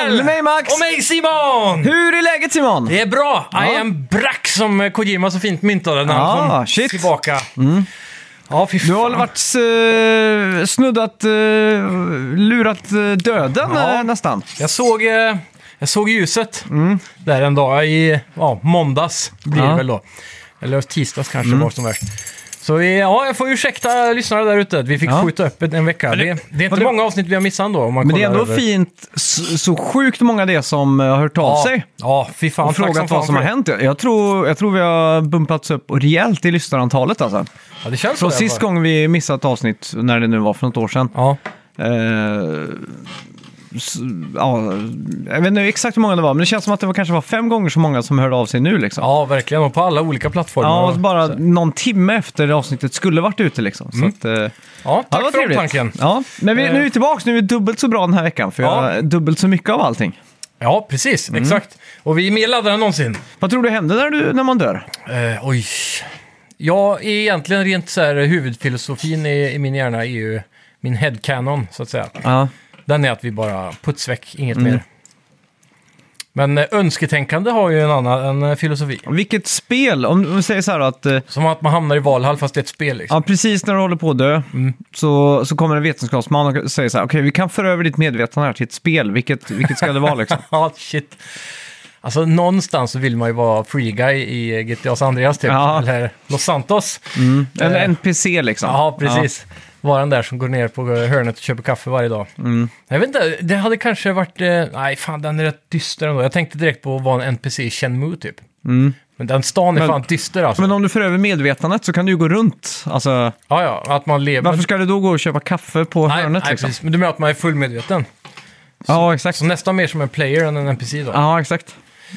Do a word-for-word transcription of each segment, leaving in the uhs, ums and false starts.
Daniel! Med mig Max! Och mig Simon! Hur är läget Simon? Det är bra! Ja. I am brack som Kojima så fint myntade när Ja, han kom shit. tillbaka. Ja, fy Du har fan. varit uh, snuddat, uh, lurat uh, döden Ja. uh, nästan. Jag såg, eh, jag såg ljuset där en dag i ja, måndags blir Ja. det väl då. Eller tisdags kanske var som värst. Så vi, ja, jag får ursäkta lyssnarna där ute. Vi fick Ja. skjuta upp en vecka. Det, det, det är inte det- många avsnitt vi har missat ändå. Om man Men det är kollar ändå över. fint, så, så sjukt många det som uh, har hört av Ja, sig. ja, fy fan. Och tack frågat fan vad som för har det. hänt. Jag tror, jag tror vi har bumpats upp rejält i lyssnarantalet alltså. Ja, det känns Från så. sist gång vi missade ett avsnitt, när det nu var för något år sedan. Ja. Eh, s- ja, jag vet inte exakt hur många det var, men det känns som att det var, kanske var fem gånger så många som hörde av sig nu liksom. ja, verkligen. Och på alla olika plattformar. Ja, och och bara så. någon timme efter avsnittet skulle varit ute liksom. Så att, eh, Ja, ja, tack det var för trevligt. omtanken. Ja, men vi, nu är vi tillbaka, nu är vi dubbelt så bra den här veckan, för Ja. jag har dubbelt så mycket av allting. Ja, precis. Mm. Exakt. Och vi är mer laddade än någonsin. Vad tror du händer när, du, när man dör? Eh, oj. Jag är egentligen rent så här, huvudfilosofin i, i min hjärna är ju min headcanon, så att säga. Ja. Den är att vi bara putsväck, inget Mm. mer. Men eh, önsketänkande har ju en annan en, eh, filosofi. Vilket spel, om du säger så här att eh, Som att man hamnar i Valhall fast det är ett spel liksom. ja, precis när du håller på att dö Mm. så, så kommer en vetenskapsman och säger så här, okej, vi kan föra över ditt medvetande här till ett spel, vilket, vilket ska det vara liksom? Ja, shit. Alltså någonstans så vill man ju vara free guy i G T A San Andreas typ. Ja. Eller Los Santos. Eller Eh, N P C liksom. Ja, precis. Var den där som går ner på hörnet och köper kaffe varje dag. Mm. Jag vet inte, det hade kanske varit... Eh, nej, fan, den är rätt dyster ändå. Jag tänkte direkt på att vara en N P C i Shenmue typ. Mm. Men den stan är Men- fan dyster alltså. Men om du för över medvetandet så kan du ju gå runt. Alltså, Ja, ja, att man lever... varför ska du då gå och köpa kaffe på nej, hörnet nej, liksom? precis. Men du menar att man är fullmedveten. Ja, exakt. Så nästan mer som en player än en N P C då. Ja, exakt.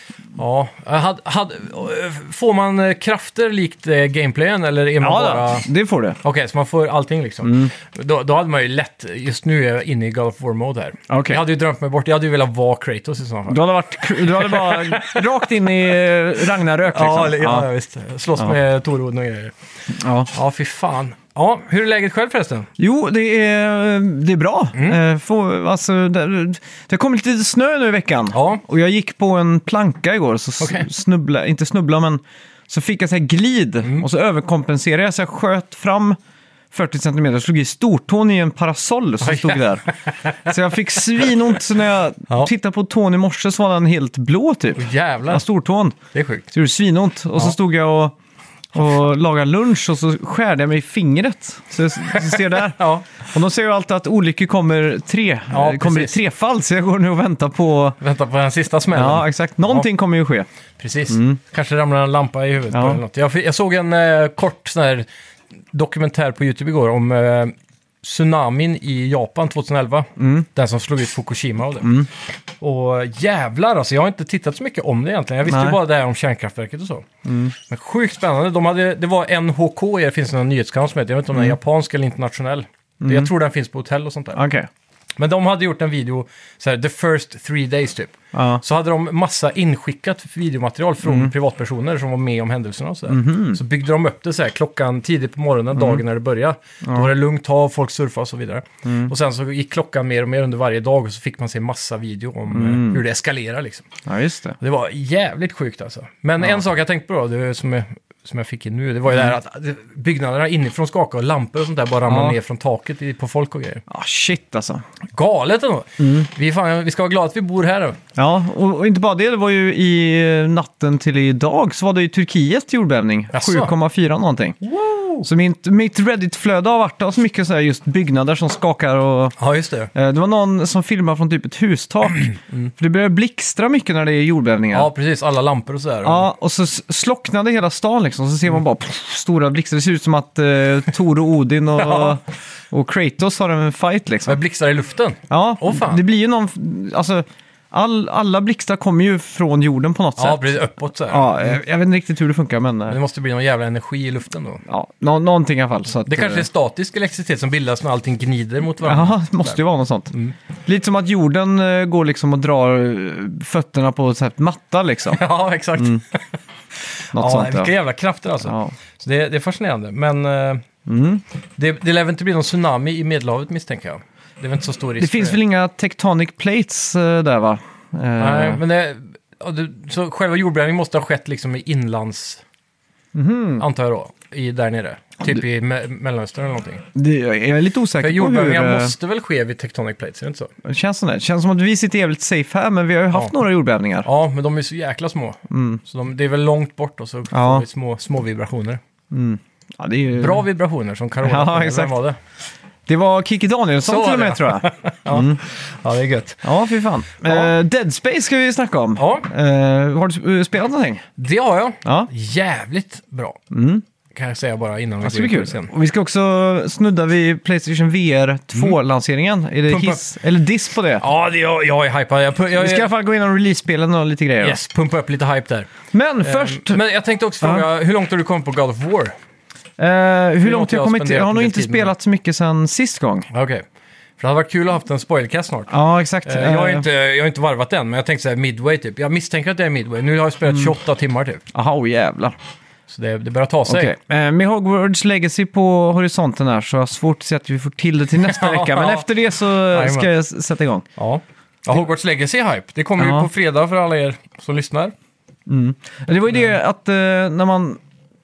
Ja. Had, had, får man eh, krafter likt eh, gameplayen eller är man Ja, bara... då, det får du. Okej, så man får allting liksom. Mm. Då, då hade man ju lätt, just nu är jag inne i God of War-mode här. Okej. Jag hade ju drömt mig bort, jag hade ju velat vara Kratos i sådana fall. Du hade, varit, du hade bara rakt in i eh, Ragnarök liksom. Ja, eller- ja, ja. visst. Slåss Ja. med Torod och grejer. Ja. Ja, fy fan. Ja, hur är läget själv förresten? Jo, det är, det är bra. Mm. Eh, få, alltså, det, det kom lite snö nu i veckan. Ja. Och jag gick på en planka igår, så s- Okej. snubbla, inte snubbla, men så fick jag så här glid. Mm. Och så överkompenserade jag, så jag sköt fram fyrtio centimeter och slog i stortån i en parasoll som Oj. stod där. Så jag fick svinont, så när jag Ja. tittade på tån i morse så var den helt blå typ. Åh, jävlar, Ja, stortån. det är sjukt. Så det gjorde svinont. Och så Ja. stod jag och, och lagade lunch och så skärde jag mig i fingret. Så jag så ser där. Ja, Och de säger ju alltid att olyckor kommer tre. Ja, eh, kommer i precis. trefall, så jag går nu och väntar på... vänta på den sista smällen. Ja, exakt. Någonting kommer ju ske. Precis. Kanske ramlar en lampa i huvudet Ja. på eller något. Jag, jag såg en eh, kort sån här dokumentär på YouTube igår om eh, tsunamin i Japan tjugoelva. Den som slog ut Fukushima av det. Och jävlar alltså, jag har inte tittat så mycket om det egentligen. Jag visste Nej. ju bara det här om kärnkraftverket och så. Men sjukt spännande. De hade, det var N H K, det finns en nyhetskanal som heter, jag vet inte om den är japansk eller internationell. Jag tror den finns på hotell och sånt där. Okej. Men de hade gjort en video, så här, the first three days typ. Ja. Så hade de massa inskickat videomaterial från privatpersoner som var med om händelserna och sådär. Så byggde de upp det så här, klockan tidigt på morgonen, dagen när det började. Då var det lugnt hav, folk surfade och så vidare. Och sen så gick klockan mer och mer under varje dag och så fick man se massa video om eh, hur det eskalerar liksom. Ja, just det. Det var jävligt sjukt alltså. Men en sak jag tänkte på då, det som, är, som jag fick in nu, det var ju det här att byggnaderna inifrån skakade och lampor och sånt där bara ramlade Ja. ner från taket i, på folk och grejer. Ja, shit alltså. Galet ändå. Vi, fan, vi ska vara glada att vi bor här då. Ja, och, och inte bara det, det var ju i eh, natten till idag så var det i Turkiet jordbävning. Jaså? sju komma fyra någonting. Wow. Så mitt, mitt Reddit-flöde har varit av så mycket så här just byggnader som skakar och... Ja, just det. eh, Det var någon som filmade från typ ett hustak. För det börjar blixtra mycket när det är jordbävningar. Ja, precis. Alla lampor och sådär. Ja, och så s- slocknade hela stan liksom. Så ser man bara pff, stora blixtar. Det ser ut som att eh, Thor och Odin och, Ja. och Kratos har en fight Med liksom. blixtar i luften. Ja, Åh, fan. det blir ju någon... Alltså, all, alla blixtar kommer ju från jorden på något Ja, sätt. precis. Uppåt så här. Ja, jag, jag vet inte riktigt hur det funkar, men... eh, Men det måste bli någon jävla energi i luften då. Ja, nå- någonting i alla fall. Så att, Det kanske är eh, statisk elektricitet som bildas när allting gnider mot varandra. Ja, det måste ju vara något sånt. Mm. Lite som att jorden eh, går liksom och drar eh, fötterna på så här matta liksom. Ja, exakt. Något Ja, sånt, vilka ja. jävla krafter alltså. Ja. Så det, det är fascinerande. Men eh, Mm. det, det lär väl inte bli någon tsunami i Medelhavet misstänker jag. Det är väl inte så stor risk. Det finns för väl inga tectonic plates eh, där va? Nej, men det, ja, du, så själva jordbävningen måste ha skett liksom i inlands, Mhm. antar jag då, i, där nere. Typ i me- Mellanöstern eller någonting. Det, jag är lite För osäker på hur... jordbävningar eh, måste väl ske vid tectonic plates, är det inte så? Det känns som det. Det känns som att vi sitter jävligt safe här, men vi har ju haft Ja. några jordbävningar. Ja, men de är så jäkla små. Mm. Så de, det är väl långt bort och så Ja. får vi små, små vibrationer. Mm. Ja, det är ju... Bra vibrationer som Carola. Ja, Vem exakt. var det? Det var Kiki Danielsson Så till och var med, det. tror jag. Ja. Mm. Ja, det är gött. Ja, fy fan. Ja. Eh, Dead Space ska vi snacka om. Ja, Eh, har du uh, spelat någonting? det har jag. Ja. Jävligt bra. Mm. Kan jag säga bara innan vi Det ska bli går in kul. på sen. Och vi ska också snudda vid PlayStation V R två-lanseringen. Är det Pumpa- hiss eller diss på det? Ja, det, jag, jag är hypad. Jag, pu- jag, Vi ska i alla fall gå in och release-spelen och lite grejer. då. yes, pumpa upp lite hype där. Men först, Eh, Men jag tänkte också fråga, hur långt har du kommit på God of War? eh, hur långt jag jag kommit? spenderat Jag har en nog del inte tid med spelat så mycket sedan sist gång. Okej. För det hade varit kul att ha haft en spoilercast snart. Ja, exakt. Eh, Jag har, Eh, inte, jag har inte varvat den, men jag tänkte säga midway typ. Jag misstänker att det är midway. Nu har jag spelat tjugoåtta timmar typ. Aha, oh, jävlar. Så det, det börjar ta sig. Okej. Eh, med Hogwarts Legacy på horisonten här så har jag svårt att se att vi får till det till nästa vecka. Men efter det så ska jag s- sätta igång. Ja. Ja, Hogwarts Legacy är hype. Det kommer Ja. ju på fredag för alla er som lyssnar. Mm. Det var ju det att eh, när man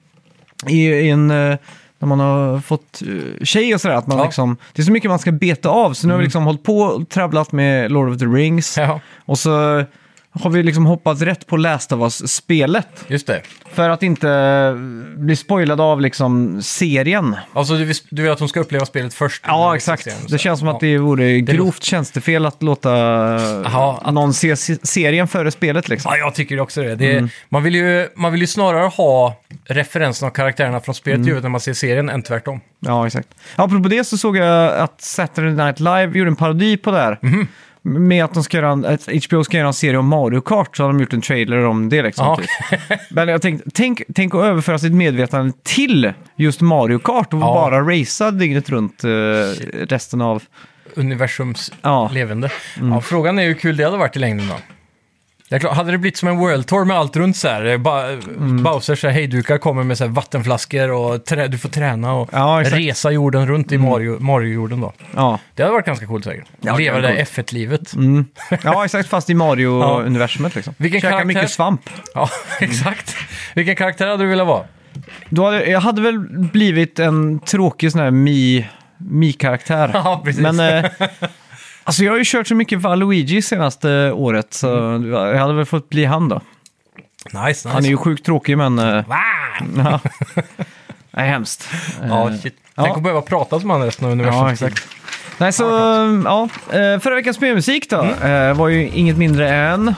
i, i en... eh, när man har fått uh, tjej och sådär, att man Ja. liksom, det är så mycket man ska beta av. Så nu har vi liksom hållit på och travlat med Lord of the Rings. Ja, Och så har vi liksom hoppat rätt på Last of Us-spelet. just det. För att inte bli spoilad av liksom serien. Alltså du vill, du vill att hon ska uppleva spelet först? Ja, exakt. Det känns som att det vore grovt tjänstefel att låta Aha, att- någon se se- serien före spelet liksom. Ja, jag tycker också det. det är, Mm. man, vill ju, man vill ju snarare ha referensen av karaktärerna från spelet Mm. i huvudet när man ser serien än tvärtom. Ja, exakt. Apropå det så såg jag att Saturday Night Live gjorde en parodi på det här. Mhm. Med att de ska göra en, att H B O ska göra en serie om Mario Kart, så har de gjort en trailer om det liksom. Ja, Typ. Men jag tänkte, tänk, tänk att överföra sitt medvetande till just Mario Kart och Ja. bara racea dygnet runt eh, resten av... Universums Ja. levande. Mm. Ja, frågan är hur kul det hade varit i längden då. Det är klart, hade det blivit som en World Tour med allt runt så här, ba- Mm. Bowsers hejdukar kommer med så här vattenflaskor och trä- du får träna och Ja, exakt. resa jorden runt i Mario, Mario-jorden då. Ja. Det hade varit ganska coolt säkert. Ja, Leva det det var där coolt. F ett-livet. Mm. Ja, exakt. Fast i Mario-universumet liksom. Vilken Käka karaktär? mycket svamp. Ja, exakt. Vilken karaktär hade du velat vara? Då hade, jag hade väl blivit en tråkig sån här Mi, Mi-karaktär. Ja, precis. Men eh, alltså jag har ju kört så mycket Waluigi senaste året, så jag hade väl fått bli han då. Nice, nice. Han är ju sjukt tråkig, men... Eh, Va? ja. Det är hemskt. Ja, Eh, shit. ja. Tänk att behöva prata som han resten av universum. Ja, exakt. Nej, så ja, eh, förra veckans spelmusik då eh, var ju inget mindre än...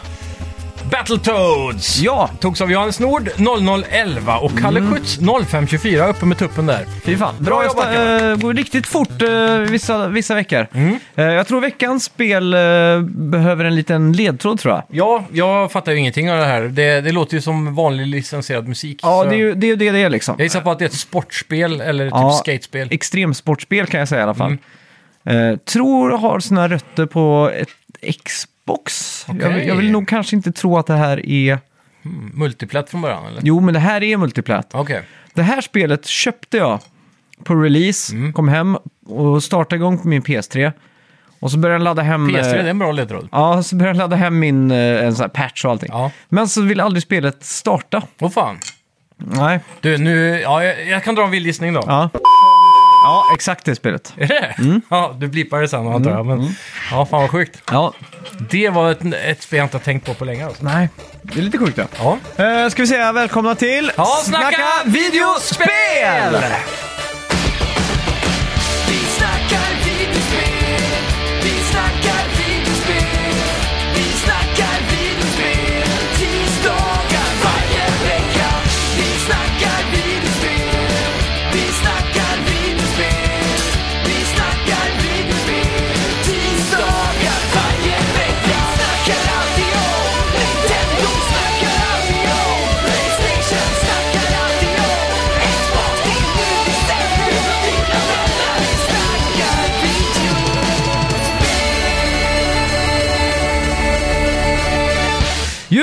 Battletoads! Ja, Togs av Johannes Nord noll noll elva och Kalle Mm. Schütz noll fem tjugofyra uppe med tuppen där. fy fan. Bra Bra jobbat, jobbat. Uh, går riktigt fort eh, vissa, vissa veckor. Mm. Eh, jag tror veckans spel eh, behöver en liten ledtråd, tror jag. Ja, jag fattar ju ingenting av det här. Det, det låter ju som vanlig licensierad musik. Ja, så det är ju det är ju det det är liksom. Jag gissar på att det är ett sportspel eller typ Ja. skatespel. Extremsportspel kan jag säga i alla fall. Mm. Eh, tror har sina rötter på ett Xbox. Jag, Okej. vill- jag vill nog kanske inte tro att det här är... Mm, multiplat från början eller? Jo, men det här är multiplat. Okej. Det här spelet köpte jag på release, Mm. kom hem och startade igång på min P S tre. Och så började den ladda hem... P S tre, eh, det är en bra ledtråd. Ja, så började den ladda hem min eh, en sån här patch och allting. Ja. Men så ville aldrig spelet starta. Åh fan. Nej. Du, nu... Ja, jag, jag kan dra en vild gissning då. Ja. Ja, exakt det spelet. Är det? Mm. Ja, du blippar det sen antar jag. Men, ja, fan vad sjukt. Ja. Det var ett, ett spel jag inte har tänkt på på länge alltså. Nej, det är lite sjukt ja. Ja. Uh, ska vi säga välkomna till... Ja, snacka videospel! Vi snackar videospel, vi snackar videospel, vi snackar videospel, tisdagar varje vecka. Vi snackar videospel, vi snackar videospel, vi snackar videospel, tisdagar varje vecka. Snackar alltid om Nintendo, snackar alltid om PlayStation, snackar alltid om Xbox, det är nu vi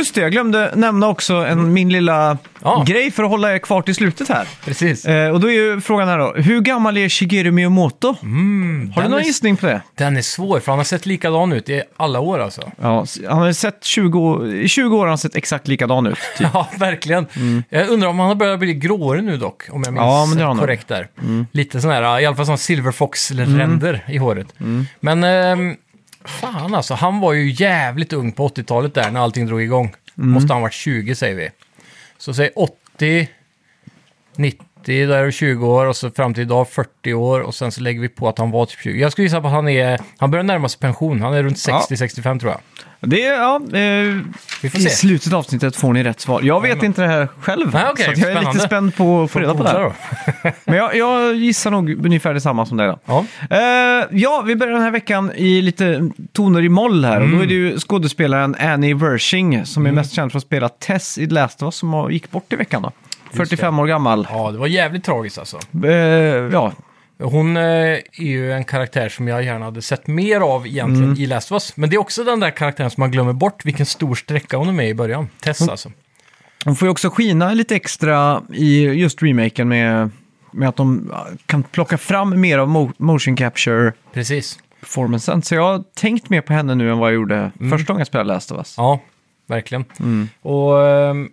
just det, jag glömde nämna också en, min lilla Ja. grej för att hålla er kvar till slutet här. Precis. Eh, och då är ju frågan här då, hur gammal är Shigeru Miyamoto? Mm, Har du den någon är, gissning på det? Den är svår, för han har sett likadan ut i alla år alltså. Ja, han har sett tjugo, år- i tjugo år har han sett exakt likadan ut. Typ. Ja, verkligen. Jag undrar om han har börjat bli gråare nu dock, om jag minns Ja, men det har han nog. korrekt där. Lite sån här, i alla fall sån Silver Fox-ränder i håret. Men ehm, fan alltså, han var ju jävligt ung på åttiotalet där när allting drog igång. Måste han varit tjugo säger vi. Så säg åttio, nittio, då är det tjugo år och så fram till idag fyrtio år och sen så lägger vi på att han var typ tjugo. Jag skulle gissa på att han är, han börjar närma sig pension. Han är runt sextio sextiofem tror jag. Det är, ja, eh, Vi får i se. slutet av avsnittet får ni rätt svar. Jag vet Jajamän. inte det här själv, Nej, okej, så att jag är spännande. lite spänd på att få reda på det Googla här. då. Men jag, jag gissar nog ungefär detsamma som dig då. Ja. Eh, ja, vi börjar den här veckan i lite toner i moll här. Och då är det ju skådespelaren Annie Wershing som är mest känd för att spela Tess i The Last of Us som gick bort i veckan då. fyrtiofem år gammal. Ja, det var jävligt tragiskt alltså. Eh, ja, Hon eh, är ju en karaktär som jag gärna hade sett mer av egentligen Mm. i Last of Us. Men det är också den där karaktären som man glömmer bort vilken stor sträcka hon är med i början. Tess Mm. alltså. hon får ju också skina lite extra i just remaken med, med att de kan plocka fram mer av mo- motion capture Precis. performancen. Så jag har tänkt mer på henne nu än vad jag gjorde första gången jag spelade Last of Us. Ja, verkligen. Mm. Och ehm,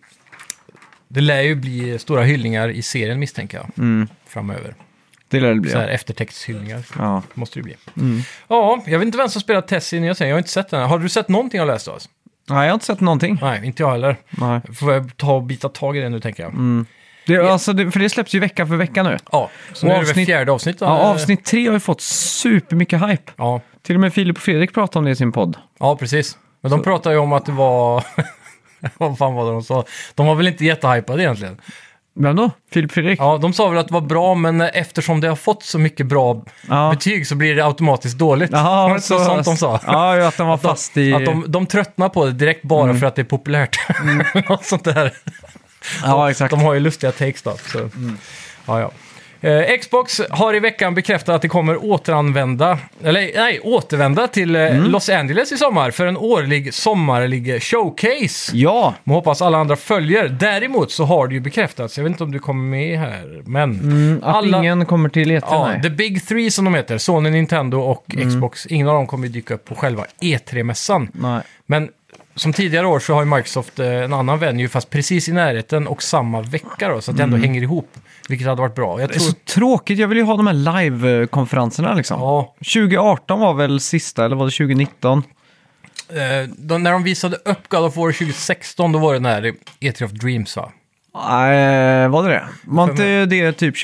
det lär ju bli stora hyllningar i serien misstänker jag. Mm. Framöver. Det lär det bli. Så här Ja. eftertexthyllningar Ja. måste det bli. Mm. Ja, jag vet inte vem som spelar Tess i nya serien. Jag har inte sett den. Har du sett någonting av Last of Us? Nej, jag har inte sett någonting. Nej, inte jag heller. Nej. Får jag ta och bita tag i det nu tänker jag. Mm. Det, alltså, det, för det släpps ju vecka för vecka nu. Ja, så Och nu är det väl avsnitt- fjärde avsnittet. Ja, avsnitt tre har ju fått supermycket hype. Ja, Till och med Filip och Fredrik pratade om det i sin podd. ja, precis. Men de pratar ju om att det var... Vad fan var det de sa? De var väl inte jättehypade egentligen. Vem då? Filip och Fredrik? Ja, de sa väl att det var bra, men eftersom det har fått så mycket bra Ja. betyg så blir det automatiskt dåligt. Jaha, Var det inte så, sånt de sa? Ja, ja, att den var fast i... Att de, de tröttnar på det direkt bara för att det är populärt. Något sånt där. Ja, exakt. De har ju lustiga takes då. Så. Ja, ja. Eh, Xbox har i veckan bekräftat att det kommer återanvända, eller nej, återvända till eh, Los Angeles i sommar för en årlig sommarlig showcase. Ja, Man hoppas alla andra följer. Däremot så har det ju bekräftats, jag vet inte om du kommer med här, men mm, att alla, ingen kommer till E tre. ja, Nej. The Big Three som de heter, Sony, Nintendo och Xbox, ingen av dem kommer ju dyka upp på själva E tre-mässan. Nej. Men som tidigare år så har ju Microsoft eh, en annan venue fast precis i närheten och samma vecka då, så att det ändå hänger ihop. Vilket hade varit bra. Jag Det är tror... så tråkigt, jag vill ju ha de här live-konferenserna liksom. Ja, tjugo arton var väl sista, eller var det tjugo nitton? eh, då, när de visade upp God of War tjugo sexton då var det den här E tre of Dreams va? Nej, var det det? Var För inte det typ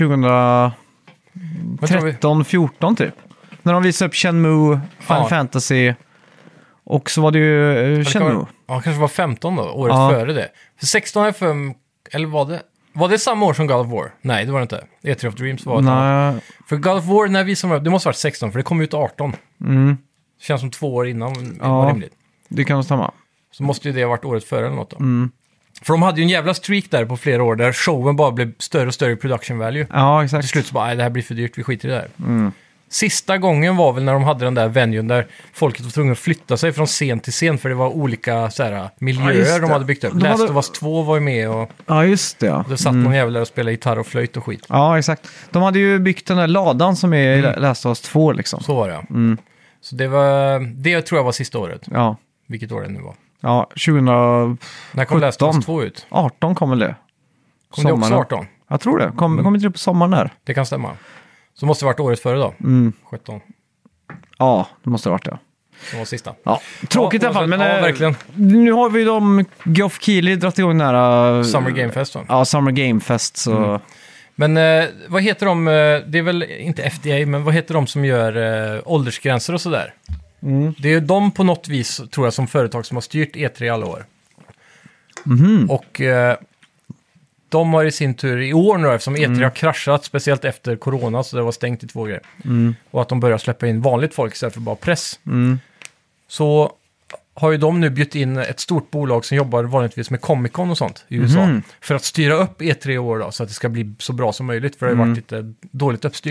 Vad tror vi? tjugotretton fjorton typ? När de visade upp Shenmue, Final Ja. Fantasy och så var det ju eh, Det kan Shenmue. vara- Ja, kanske var femton då, året Ja. före det. För sexton är för, eller var det? Var det samma år som God of War? Nej, det var det inte. E tre of Dreams var det. Nej, För God of War, när vi som det måste ha varit sexton, för det kom ut arton. mm, Känns som två år innan Ja. var rimligt. det kan stämma. Så måste ju det ha varit året före eller något då. Mm. För de hade ju en jävla streak där på flera år där showen bara blev större och större i production value. Ja, Till exakt. slut så bara, nej det här blir för dyrt, vi skiter i det här. Mm. Sista gången var väl när de hade den där venuen där folket var tvungna att flytta sig från scen till scen för det var olika så här, miljöer Ja, just de det. hade byggt upp. De Last hade- of Us två var ju med och Ja, just det. Ja. då satt någon jävel där och spelade gitarr och flöjt och skit. Ja, exakt. De hade ju byggt den där ladan som är i Last of Us två liksom. Så var det ja. Mm. Så det var, det tror jag var sista året. Ja, Vilket år det nu var. ja tjugohundraarton När kom Last of Us två ut? kom väl det? Kom det också Sommaren. arton? Jag tror det. Kom, kom inte det på sommaren där? Det kan stämma. Så måste det varit året före då. Mm. sjutton. Ja, det måste ha varit det. Som var sista. Ja, tråkigt Ja, i alla fall. Men ja, eh, verkligen. nu har vi de Geoff Keighley dragit igång den här... eh, Summer Game Fest va? Ja, Summer Game Fest. Så... Mm. Men eh, vad heter de, eh, det är väl inte F D A, men vad heter de som gör eh, åldersgränser och sådär? Mm. Det är ju de på något vis, tror jag, som företag som har styrt E tre i alla år. Mhm. Och eh, de har i sin tur i år nu, eftersom E tre Mm. har kraschat, speciellt efter corona, så det var stängt i två grejer. Mm. Och att de börjar släppa in vanligt folk istället för bara press. Mm. Så har ju de nu bjudit in ett stort bolag som jobbar vanligtvis med Comic Con och sånt i U S A. Mhm. För att styra upp E tre i år då, så att det ska bli så bra som möjligt. För det har ju Mm. varit lite dåligt uppstyrt.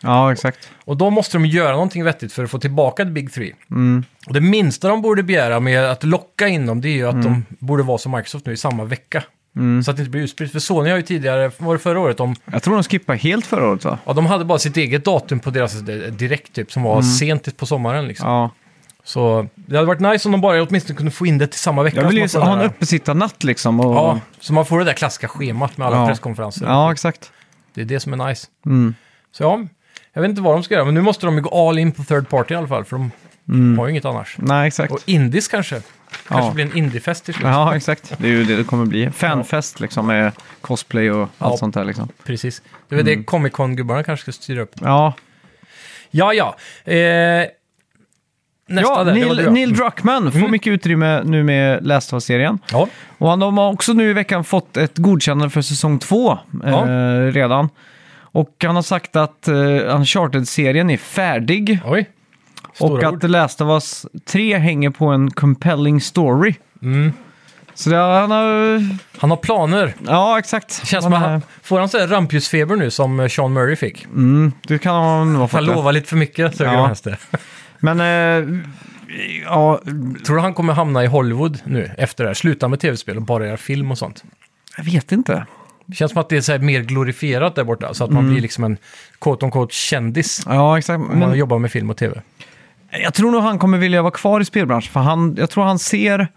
Ja, exakt. Och då måste de göra någonting vettigt för att få tillbaka The Big Three. Mm. Och det minsta de borde begära med att locka in dem, det är ju att mm. de borde vara som Microsoft nu i samma vecka. Mm. Så att det inte blir utspritt. För Sony har ju tidigare, var det förra året? De, jag tror de skippade helt förra året, va? Ja, de hade bara sitt eget datum på deras direkt typ, som var mm. sent på sommaren liksom. Ja. Så det hade varit nice om de bara åtminstone kunde få in det till samma vecka. Jag vill ju ha en uppesittarnatt liksom. Och... Ja, så man får det där klassiska schemat med alla ja. presskonferenser. Ja, exakt. Det är det som är nice. Mm. Så ja, jag vet inte vad de ska göra, men nu måste de ju gå all in på third party i alla fall, för de mm. har ju inget annars. Nej, exakt. Och indies kanske. Kanske ja. blir en indiefest till slut. Ja, exakt. Det är ju det det kommer bli. Fanfest liksom med cosplay och allt ja, sånt där liksom. Precis. Det är väl mm. det Comic Con-gubbarna kanske ska styra upp. Ja. Ja, ja. Eh... Nästa ja, där, Neil, Neil Druckmann får mm. mycket utrymme nu med Last of Us-serien. Ja. Och han har också nu i veckan fått ett godkännande för säsong två ja. eh, redan. Och han har sagt att eh, Uncharted-serien är färdig. Oj. Och Stora att ord. The Last of Us tre hänger på en compelling story. Mm. Så det, han har... Han har planer. Ja, exakt. Det känns som han han, får han så här rampljusfeber nu som Sean Murray fick? Mm, det kan han nog ha fått. Han lovar lite för mycket, så ja. jag det. Men, eh, ja... Tror du han kommer hamna i Hollywood nu efter det här? Sluta med tv-spel och bara göra film och sånt? Jag vet inte. Det känns som att det är så här mer glorifierat där borta, så att man mm. blir liksom en quote-on-quote kändis. Ja, exakt. Om man Men, jobbar med film och tv. jag tror nog han kommer vilja vara kvar i spelbranschen, för han, jag tror han ser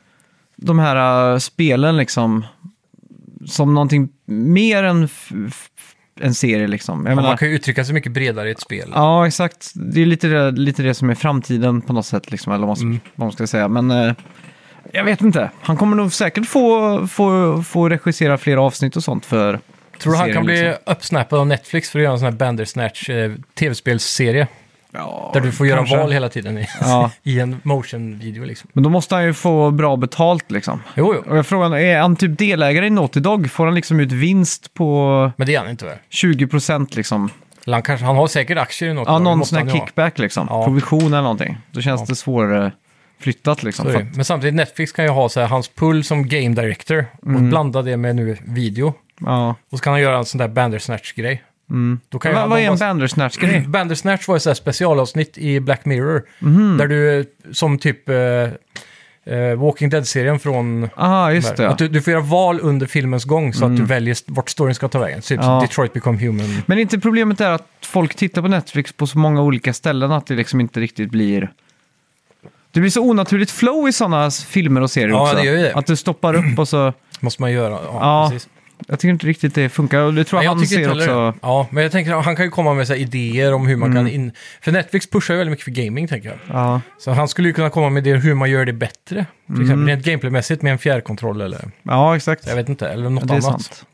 de här uh, spelen liksom som någonting mer än f- f- en serie liksom. Jag Ja, menar, man kan ju uttrycka sig mycket bredare i ett spel. ja, exakt. Det är lite det, lite det som är framtiden på något sätt, liksom, eller vad man, Mm. vad man ska säga. Men eh, jag vet inte. Han kommer nog säkert få, få, få regissera flera avsnitt och sånt för Tror du han serien, kan bli liksom. uppsnappad av Netflix för att göra en sån här Bandersnatch eh, tv-spelsserie? Ja, Där du får göra kanske. val hela tiden i, Ja. i en motion-video liksom. Men då måste han ju få bra betalt liksom. Jo, jo. Och jag frågar, är han typ delägare i Naughty Dog? Får han liksom ut vinst på Men det är han inte väl? tjugo procent liksom? Eller han, kanske, han har säkert aktier i något. Ja, lag, det någon måste sån här han ju ha. kickback liksom. Ja. Provision eller någonting. Då känns Ja. det svårare flyttat liksom. Så är För det. att- Men samtidigt, Netflix kan ju ha så här, hans pull som game director och Mm. blanda det med nu video. Ja. Och så kan han göra en sån där Bandersnatch-grej. Mm. Då kan ju Vad han- vad de är en bara- Bandersnatch-grej? Bandersnatch var ett så här specialavsnitt i Black Mirror. Mhm. Där du, som typ eh, eh, Walking Dead-serien från... Aha, just det. Att du, du får göra val under filmens gång så att du väljer st- vart storyn ska ta vägen. Typ Ja. Detroit Become Human. Men inte problemet är att folk tittar på Netflix på så många olika ställen att det liksom inte riktigt blir... Det blir så onaturligt flow i sådana filmer och serier Ja, också. det gör ju det. Att du stoppar upp och så... Måste man göra. Ja, Ja, precis. jag tycker inte riktigt det funkar. Och det tror Nej, jag jag han tycker inte ser heller också. det. Ja, men jag tänker att han kan ju komma med så här idéer om hur man Mm. kan in... För Netflix pushar ju väldigt mycket för gaming, tänker jag. Ja. Så han skulle ju kunna komma med det hur man gör det bättre. Till Mm. exempel rent gameplaymässigt med en fjärrkontroll eller... ja, exakt. Jag vet inte, eller något Det är annat. sant.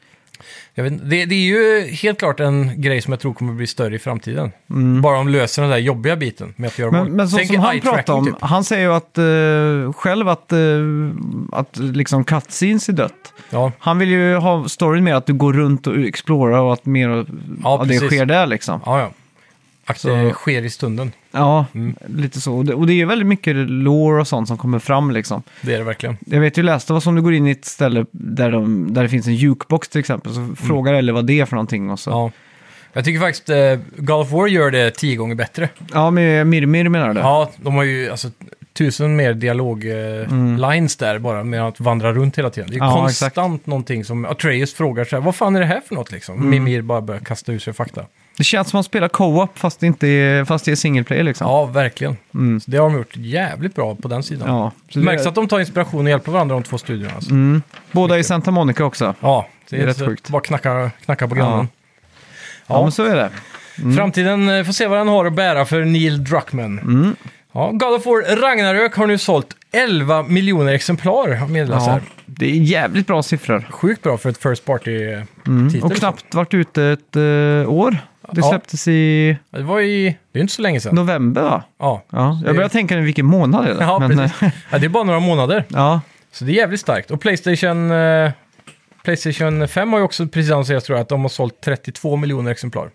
Jag vet, inte. det, det är ju helt klart en grej som jag tror kommer bli större i framtiden. Mm. Bara de löser den där jobbiga biten med att göra Men, val. men så Tänk som han eye-tracking pratar om, typ. han säger ju att eh, själv att, uh, att liksom cutscenes är dött. Ja, Han vill ju ha storyn mer att du går runt och explorar och att mer av Ja, av det precis. sker där liksom. ja, ja. Att Så- det sker i stunden. Ja, Mm. lite så. Och det, och det är väldigt mycket lore och sånt som kommer fram liksom. Det är det verkligen. Jag vet ju läste vad som du går in i ett ställe där, de, där det finns en jukebox till exempel, så frågar eller vad det är för någonting och så. Ja, Ja. Jag tycker faktiskt eh, God of War gör det tio gånger bättre. med Mirmir menar du? Ja, de har ju alltså tusen mer dialog-lines där bara med att vandra runt hela tiden. Det är Ja, konstant exakt. någonting som Atreus frågar så här, vad fan är det här för något liksom? Mm. Mimir bara börjar kasta ur sig fakta. Det känns som att spela co-op fast det, inte är, fast det är single player liksom. Ja, verkligen. Mm. Så det har de gjort jävligt bra på den sidan. Ja, så Det det, märks att de tar inspiration och hjälper varandra de två studierna. Alltså. mm. Båda i Santa Monica också. Ja, det är, Det är rätt så- sjukt. Bara knacka, knacka på grannen. Ja, Ja. men så är det. Framtiden eh, får se vad den har att bära för Neil Druckmann. Mm. Ja, God of War Ragnarök har nu sålt elva miljoner exemplar, har meddelats Ja, här. det är jävligt bra siffror. Sjukt bra för ett First Party-titel. Mm. Och knappt varit ute ett eh, år. Det Ja. släpptes i Det var i... Det är inte så länge sedan. november va? Ja. Ja, jag börjar tänka vilken månad det är. Ja, men, precis. eh, Ja, det är bara några månader. ja. Så det är jävligt starkt. Och Playstation, eh, Playstation fem har ju också precis annonserat, tror jag, att de har sålt trettiotvå miljoner exemplar.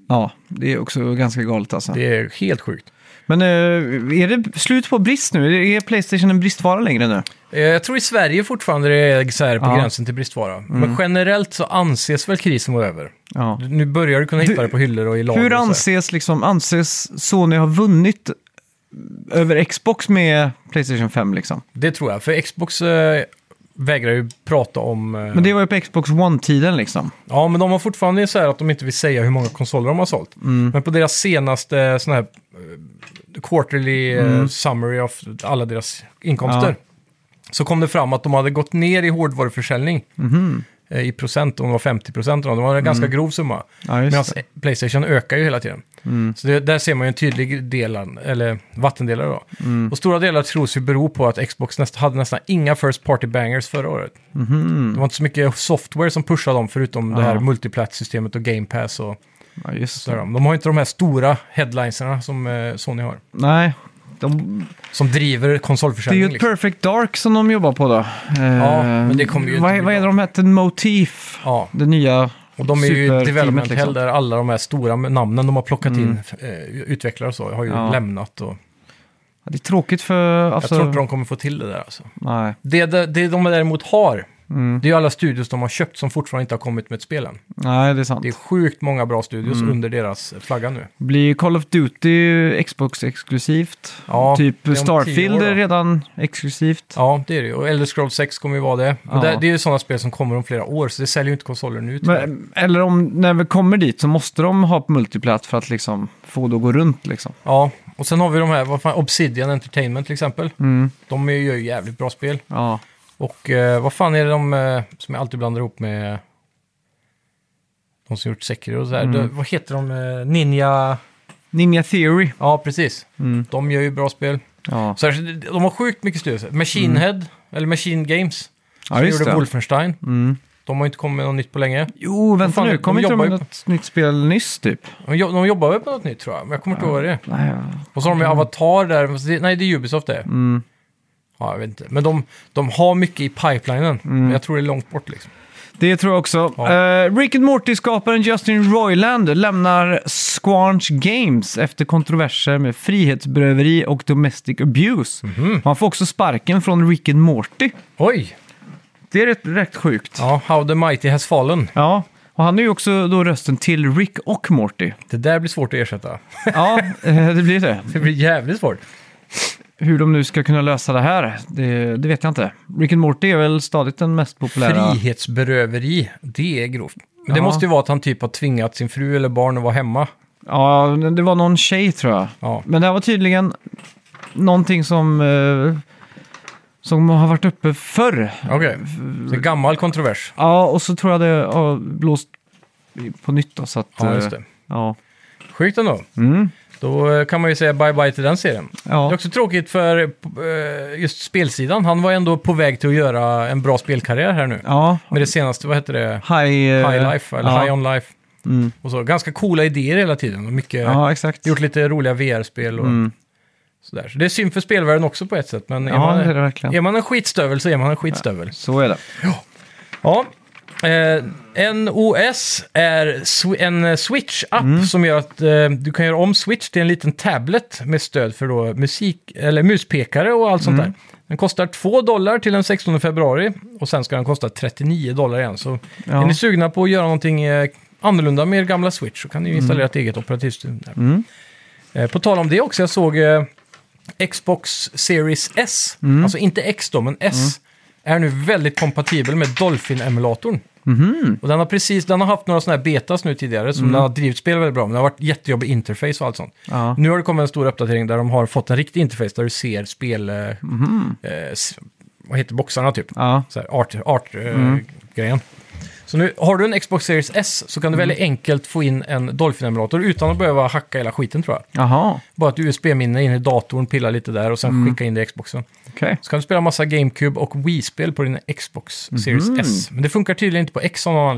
Ja, det är också ganska galet alltså. Det är helt sjukt. Men eh, är det slut på brist nu? Är Playstation en bristvara längre nu? Eh, Jag tror i Sverige fortfarande det är så här på Ja. gränsen till bristvara. Men generellt så anses väl krisen vara över. Ja. Nu börjar du kunna hitta Du- det på hyllor och i lager. Hur och så här. anses, liksom, anses Sony ha vunnit över Xbox med Playstation fem liksom? Det tror jag, för Xbox eh, vägrar ju prata om... Eh, Men det var ju på Xbox One-tiden liksom. Ja, men de har fortfarande så här att de inte vill säga hur många konsoler de har sålt. Mm. Men på deras senaste sån här eh, quarterly eh, summary of alla deras inkomster Mm. Ja. så kom det fram att de hade gått ner i hårdvaruförsäljning Mhm. eh, i procent, om det var femtio procent. Det var en ganska grov summa. Mm. Ja, just Medan det. Mm. Playstation ökar ju hela tiden. Så det, där ser man ju en tydlig del, eller vattendelare då. Mm. Och stora delar tros ju bero på att Xbox nästa, hade nästan inga first party bangers förra året. Mhm. Det var inte så mycket software som pushade dem förutom det Ja. här multiplat-systemet och Game Pass och Ja, just sådär. det. De har inte de här stora headlinerna som eh, Sony har. Nej, de... Som driver det är ju konsolförsäljning. ett liksom. Perfect Dark som de jobbar på då. Eh, Ja, men det kommer ju inte vad, bli vad är det bra. de heter? Motif? Ja, Det nya och de är ju superteamet, development liksom. hell där alla de här stora namnen de har plockat in, eh, utvecklare och så, har ju Ja. lämnat. Och Ja, det är tråkigt för... Alltså... jag tror inte de kommer få till det där alltså. Nej. Det, det, det de däremot har, Mm. det är ju alla studios de har köpt som fortfarande inte har kommit med ett spel än. Nej, det är sant. Det är sjukt många bra studios Mm. under deras flagga nu. Blir Call of Duty Xbox-exklusivt? Ja, typ det är om tio Starfield år då. är redan exklusivt. Ja, det är det ju. Och Elder Scrolls sex kommer ju vara det. Ja. Och det, det är ju sådana spel som kommer om flera år, så det säljer ju inte konsoler nu. tyvärr. Men, eller om, när vi kommer dit så måste de ha på multiplat för att liksom få det att gå runt liksom. Ja, och sen har vi de här, vad fan, Obsidian Entertainment till exempel. Mm. De är- gör ju jävligt bra spel. Ja. Och eh, vad fan är det de eh, som jag alltid blandar ihop med de som gjort Sekiro och så här. Mm. Det, vad heter de? Eh, Ninja... Ninja Theory. Ja, precis. Mm. De gör ju bra spel. Ja, Så här, de har sjukt mycket studios. Machine Head, eller Machine Games, ja som just gjorde det. Wolfenstein. Mm. De har inte kommit med något nytt på länge. Jo, vänta fan, nu. de Kom inte de jobbar med ju något nytt spel nyss typ? De, jo- de jobbar väl på något nytt tror jag, men jag kommer inte ihåg vad det är. Nej, ja. Och så har de ju Avatar där, men det- nej det är Ubisoft det. Mm. Ja, jag vet inte. Men de, de har mycket i pipelinen, Mm. men jag tror det är långt bort liksom. Det tror jag också. Ja. Uh, Rick and Morty-skaparen Justin Roiland lämnar Squanch Games efter kontroverser med frihetsberöveri och domestic abuse. Mhm. Han får också sparken från Rick and Morty. Oj! Det är rätt, rätt sjukt. Ja. Ja, How the Mighty Has Fallen. Och han är ju också då rösten till Rick och Morty. Det där blir svårt att ersätta. Ja, eh, det blir det. Det blir jävligt svårt. Hur de nu ska kunna lösa det här, det, det vet jag inte. Rick and Morty är väl stadigt den mest populära. Frihetsberöveri, det är grovt. Men det Ja. måste ju vara att han typ har tvingat sin fru eller barn att vara hemma. Ja, det var någon tjej tror jag. Ja. Men det här var tydligen någonting som, eh, som har varit uppe förr. Okej, så gammal kontrovers. Ja, och så tror jag det har blåst på nytt då, så att... Ja, just eh, det. Ja. Sjukt ändå. Mm. Då eh, kan man ju säga bye-bye till den serien. Det är Ja. också tråkigt för eh, just spelsidan. Han var ändå på väg till att göra en bra spelkarriär här nu. Ja. Med det senaste, vad heter det? High, eh, High Life, eller ja. High On Life. Mm. Och så. Ganska coola idéer hela tiden. Och mycket, Ja, exakt. gjort lite roliga V R-spel och Mm. sådär. Så det är synd för spelvärlden också på ett sätt. Men är, Ja, man, det är det verkligen. är man en skitstövel så är man en skitstövel. Så är det. Ja. Eh, N O S är sw- en Switch-app Mm. som gör att eh, du kan göra om Switch till en liten tablet med stöd för då musik, eller muspekare och allt sånt Mm. där. Den kostar två dollar till den sextonde februari och sen ska den kosta trettionio dollar igen. Så Ja. är ni sugna på att göra någonting eh, annorlunda med er gamla Switch så kan ni ju installera ett eget operativsystem där. Mm. Eh, på tal om det också, jag såg eh, Xbox Series S, Mm. alltså inte X då, men S, är nu väldigt kompatibel med Dolphin-emulatorn. Mhm. Och den har precis, den har haft några sådana här betas nu tidigare som den har drivit spel väldigt bra, men det har varit jättejobbig interface och allt sånt. Ja. Nu har det kommit en stor uppdatering där de har fått en riktig interface där du ser spel, eh, Mhm. eh, s- vad heter boxarna typ, Ja. så här, art, art eh, Mm. grejen. Så nu har du en Xbox Series S så kan du Mm. väldigt enkelt få in en Dolphin-emulator utan att behöva hacka hela skiten tror jag. Jaha, Bara ett U S B-minne in i datorn, pilla lite där och sen Mm. skicka in det i Xboxen. okej. Så kan du spela massa GameCube och Wii-spel på din Xbox Series Mhm. S. Men det funkar tydligen inte på X av någon anledning.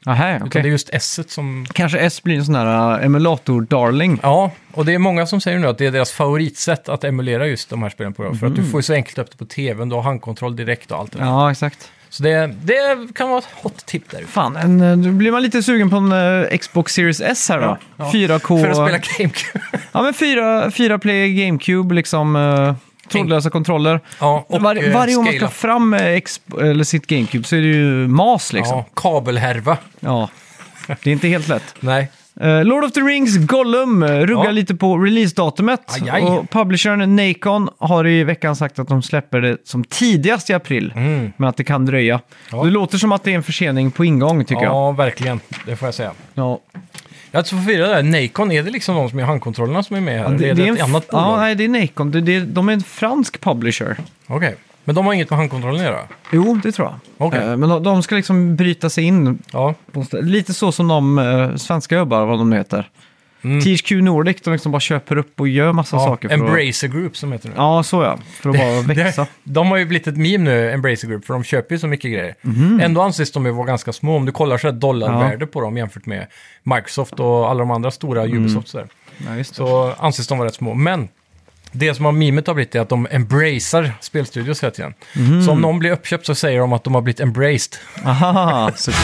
Aha, Utan okej. det är just S som... Kanske S blir en sån här uh, emulator-darling. Ja, och det är många som säger nu att det är deras favoritsätt att emulera just de här spelen på. För att du får ju så enkelt upp det på tvn, du har handkontroll direkt och allt det där. Ja, exakt. Så det, det kan vara ett hot tip där. Fan, en, uh, då blir man lite sugen på en uh, Xbox Series S här då. Ja, ja. fyra K. För att spela GameCube. Ja, men fyra, fyra play GameCube, liksom uh, trådlösa kontroller. Ja, och Var, eh, varje gång man ska scale-up. fram uh, exp- eller sitt GameCube så är det ju mas liksom. Ja, kabelhärva. Ja, det är inte helt lätt. Nej. Uh, Lord of the Rings Gollum uh, ruggar Ja. lite på releasedatumet. Aj, aj. Och publishern Nacon har i veckan sagt att de släpper det som tidigast i april. Mm. Men att det kan dröja. Ja. Det låter som att det är en försening på ingång tycker jag. Ja, verkligen. Det får jag säga. Ja. Jag är så förvirrad där. Nacon, är det liksom de som är handkontrollerna som är med här? Det, Eller är det det är ett en, annat bolag? ja, nej, det är Nacon. Det, det, de är en fransk publisher. Okej. Men de har inget med handkontrollen att göra? Jo, det tror jag. Okej. Eh, men de, de ska liksom bryta sig in. Ja. På, st- lite så som de uh, svenska gubbar, vad de nu heter. Mm. T H Q Nordic, de liksom bara köper upp och gör massa ja. saker. För att, Embracer Group som heter det nu. ja, så ja. För att bara växa. Det, de har ju blivit ett meme nu, Embracer Group, för de köper ju så mycket grejer. Mhm. Ändå anses de ju vara ganska små. Om du kollar så är dollarvärde på dem jämfört med Microsoft och alla de andra stora Ubisoft. Så, där. Ja, just det. Så anses de vara rätt små. Men det som har memet har blivit är att de embracear spelstudios hela tiden. Mhm. Så om någon blir uppköpt så säger de att de har blivit embraced. Aha, super.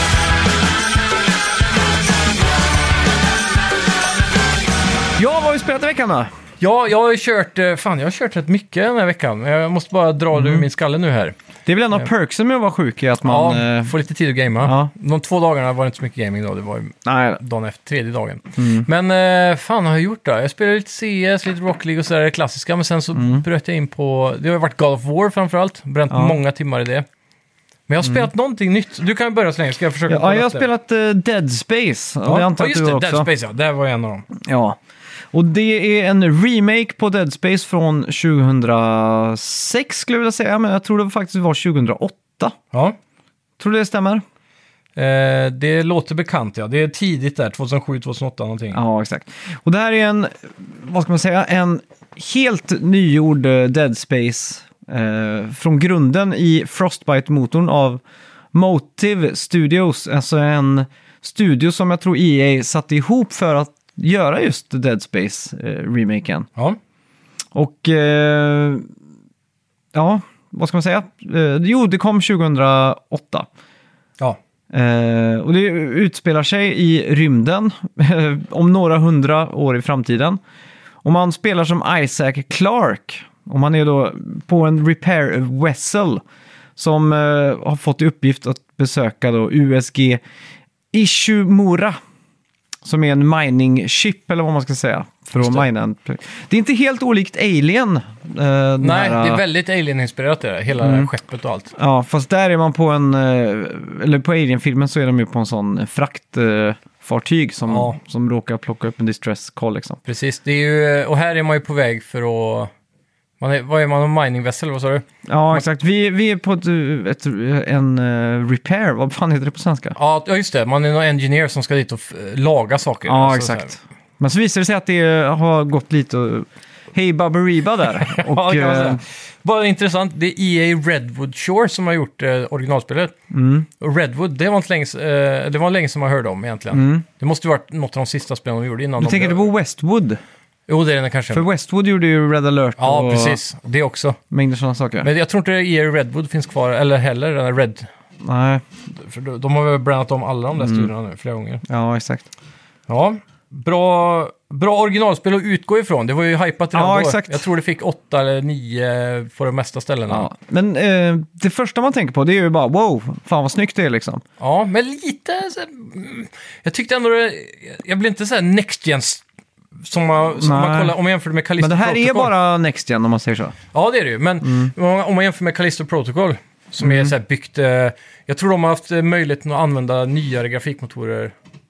Ja, vad har vi spelat i veckan då? Ja, jag har ju kört, eh, fan jag har kört rätt mycket den här veckan. Jag måste bara dra det ur min skalle nu här. Det är väl en av perksen med att vara sjuk i att man... ja, eh, får lite tid att gamea. ja. De två dagarna var det inte så mycket gaming då, det var ju Nej, dagen efter, tredje dagen. Mm. Men eh, fan har jag gjort då? Jag spelade lite C S, lite Rocket League och sådär, det klassiska. Men sen så bröt jag in på, det har ju varit God of War framförallt. Bränt Mm. Ja. många timmar i det. Men jag har spelat någonting nytt. Du kan ju börja så länge, ska jag försöka ja, kolla jag har upp det? spelat eh, Dead Space. Och Ja, det antar ja att just du det, också. Dead Space ja, det var en av dem. Ja. Och det är en remake på Dead Space från tjugohundrasex skulle jag vilja säga. Men jag tror det faktiskt var tjugohundraåtta. Ja, Tror du det stämmer? eh, det låter bekant ja. Det är tidigt där, tjugohundrasju tjugohundraåtta någonting. Ja, exakt. Och det här är en, vad ska man säga, en helt nygjord eh, Dead Space eh, från grunden i Frostbite-motorn av Motive Studios. Alltså en studio som jag tror E A satte ihop för att göra just Dead Space-remaken. Ja, Och eh, ja, vad ska man säga? Eh, jo, det kom tjugohundraåtta. ja. Eh, och det utspelar sig i rymden eh, om några hundra år i framtiden. Och man spelar som Isaac Clarke. Och man är då på en repair vessel som eh, har fått i uppgift att besöka då U S G Ishimura. Som är en mining ship eller vad man ska säga. För att Just det. mina en... Det är inte helt olikt Alien. eh, den Nej, här, det är väldigt Alien-inspirerat det där. Hela Mm. skeppet och allt. Ja, fast där är man på en, eh, eller på Alien-filmen så är de ju på en sån fraktfartyg som, Ja. som råkar plocka upp en distress call liksom. Precis, det är ju, och här är man ju på väg för att... Man är, vad är man, en mining vessel, vad sa du? Ja, exakt. Vi, vi är på ett, ett, en uh, repair, vad fan heter det på svenska? Ja, ja, just det. Man är någon engineer som ska dit och f- laga saker. Ja, Alltså, så exakt. Men så visar det sig att det har gått lite och, hej baberiba där. här. Och, Ja, det kan man eh, säga. Bara intressant, det är E A Redwood Shore som har gjort eh, originalspelet. mm, Och Redwood, det var inte länge, eh, det var länge som man hörde om egentligen. mm. Det måste ju varit något av de sista spelen de gjorde innan Du de tänker blev- du på Westwood? Jo, det är den kanske. För Westwood gjorde ju Red Alert Ja, och precis. Det också. mängder sådana saker. Men jag tror inte E A Redwood finns kvar, eller heller den här Red. Nej, För de, de har väl brännat om alla de där Mm. studierna nu flera gånger. ja exakt. Ja, bra, bra originalspel att utgå ifrån. Det var ju hypat redan Ja, då. exakt. Jag tror det fick åtta eller nio på de mesta ställena. Ja, Ja. Men eh, det första man tänker på det är ju bara wow, fan vad snyggt det är liksom. men lite så här, mm, jag tyckte ändå det, jag blev inte så här next gen som man, som man Nej. kollar, om man jämför med Callisto Men det här är Protocol. bara Next Gen om man säger så. Ja, det är det ju. Men Mm. om man- om man jämför med Callisto Protocol, som är så här byggt... Eh, jag tror de har haft eh, möjligheten att använda nyare grafikmotorer.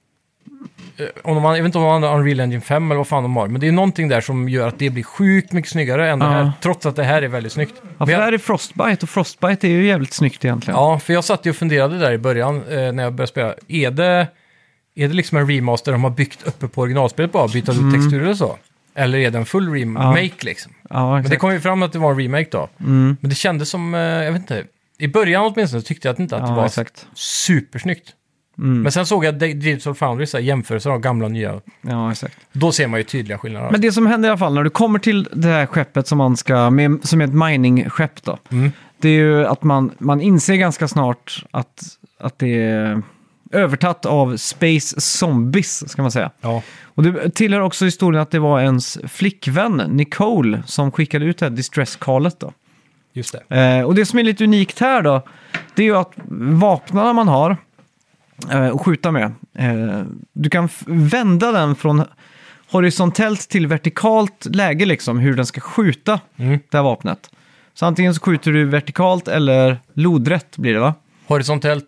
Eh, om de, har- jag vet inte om de använder Unreal Engine fem eller vad fan de har. Men det är någonting där som gör att det blir sjukt mycket snyggare än det Ja. här. Trots att det här är väldigt snyggt. Ja, Men för jag, det här är Frostbite och Frostbite är ju jävligt snyggt egentligen. ja, för jag satt ju och funderade där i början eh, när jag började spela. Är det, är det liksom en remaster de har byggt uppe på originalspelet bara? Byta ut texturer och så? Eller är det en full remake liksom? Ja, Men det exakt. kom ju fram att det var en remake då. Mm. Men det kändes som, eh, jag vet inte, i början åtminstone tyckte jag att inte att det Ja, var exakt. supersnyggt. Mm. Men sen såg jag Digital Foundry, så här, jämförelser av gamla och nya. Ja, exakt. Då ser man ju tydliga skillnader. Men det som händer i alla fall när du kommer till det här skeppet som man ska, med, som är ett mining-skepp då. Mm. Det är ju att man, man inser ganska snart att, att det är övertatt av Space Zombies, ska man säga. Ja. Och det tillhör också historien att det var ens flickvän, Nicole, som skickade ut det här distress-callet då. Just det. Eh, och det som är lite unikt här då, det är ju att vapnarna man har eh, och skjuta med, eh, du kan f- vända den från horisontellt till vertikalt läge liksom, hur den ska skjuta Mm. det här vapnet. Så antingen så skjuter du vertikalt eller lodrätt blir det, va? Horisontellt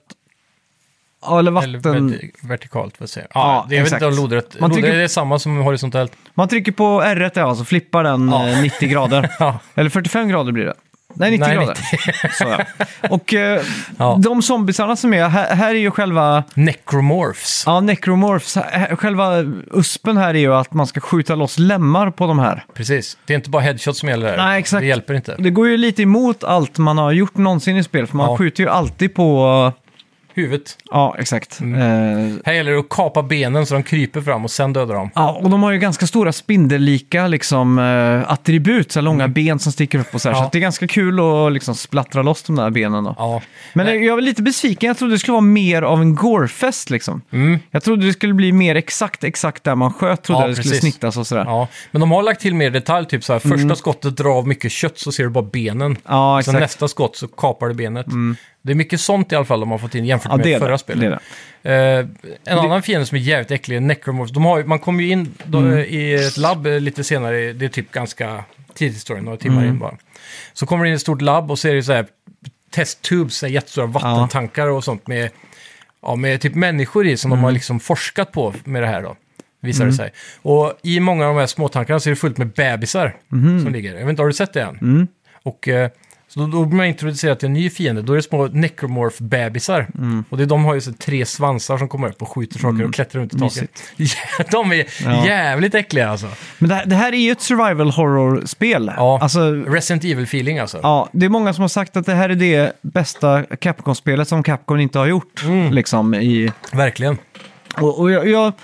Ja, eller eller vatten... verti- vertikalt, vad säger jag? Ja, Ja, det jag vet exakt. inte om lodrätt. Man Lodrätt tycker- är samma som horisontellt. Man trycker på R ett, ja, så flippar den Ja. eh, nittio grader. Ja. Eller fyrtiofem grader blir det. Nej, nittio Nej, grader. Så, ja. Och eh, Ja. de zombisarna som är, här, här är ju själva... Necromorphs. Ja, necromorphs. Här- Själva uspen här är ju att man ska skjuta loss lemmar på de här. Precis. Det är inte bara headshot som gäller där. Nej, exakt. Det hjälper inte. Det går ju lite emot allt man har gjort någonsin i spel, för man Ja. skjuter ju alltid på... Huvudet. Ja, exakt. Mm. Eh, Här gäller det att kapa benen så de kryper fram och sen dödar dem. ja, och de har ju ganska stora spindellika liksom, eh, attribut, så här långa ben som sticker upp och så här. Ja. Så att det är ganska kul att liksom splattra loss de där benen då. Ja. Men Nej. jag var lite besviken, jag trodde det skulle vara mer av en gore-fest liksom. Mm. Jag trodde det skulle bli mer exakt, exakt där man sköt, trodde Ja, jag det skulle precis. snittas och sådär. Ja, Ja, men de har lagt till mer detalj, typ så här, första skottet drar av mycket kött så ser du bara benen. Sen Mm. exakt. nästa skott så kapar du benet. Det är mycket sånt i alla fall de har fått in jämfört Ja, med det är förra det. spelet. Det är det. Eh, en annan fiende som är jävligt äcklig är Necromorphs. De har, ju- man kommer ju in då, Mm. i ett labb eh, lite senare, det är typ ganska tidigt i historien, några timmar Mm. in bara. Så kommer det in ett stort labb och så är det så här testtubes, så här jättestora vattentankar och sånt med, ja, med typ människor i som Mm. de har liksom forskat på med det här då. Visar det sig. Och i många av de här småtankarna så är det fullt med bebisar Mm. som ligger. Jag vet inte, har du sett det än? Och eh, så då, då blir man introducerad till en ny fiende. Då är det små necromorph-bebisar. Mm. Och det, de har ju så tre svansar som kommer upp och skjuter saker och klättrar runt i taket. de är Ja. jävligt äckliga alltså. Men det här, det här är ju ett survival horror-spel. Ja. Alltså, Resident Evil-feeling alltså. ja, det är många som har sagt att det här är det bästa Capcom-spelet som Capcom inte har gjort. Mm. Liksom, i, Verkligen. och och jag, jag,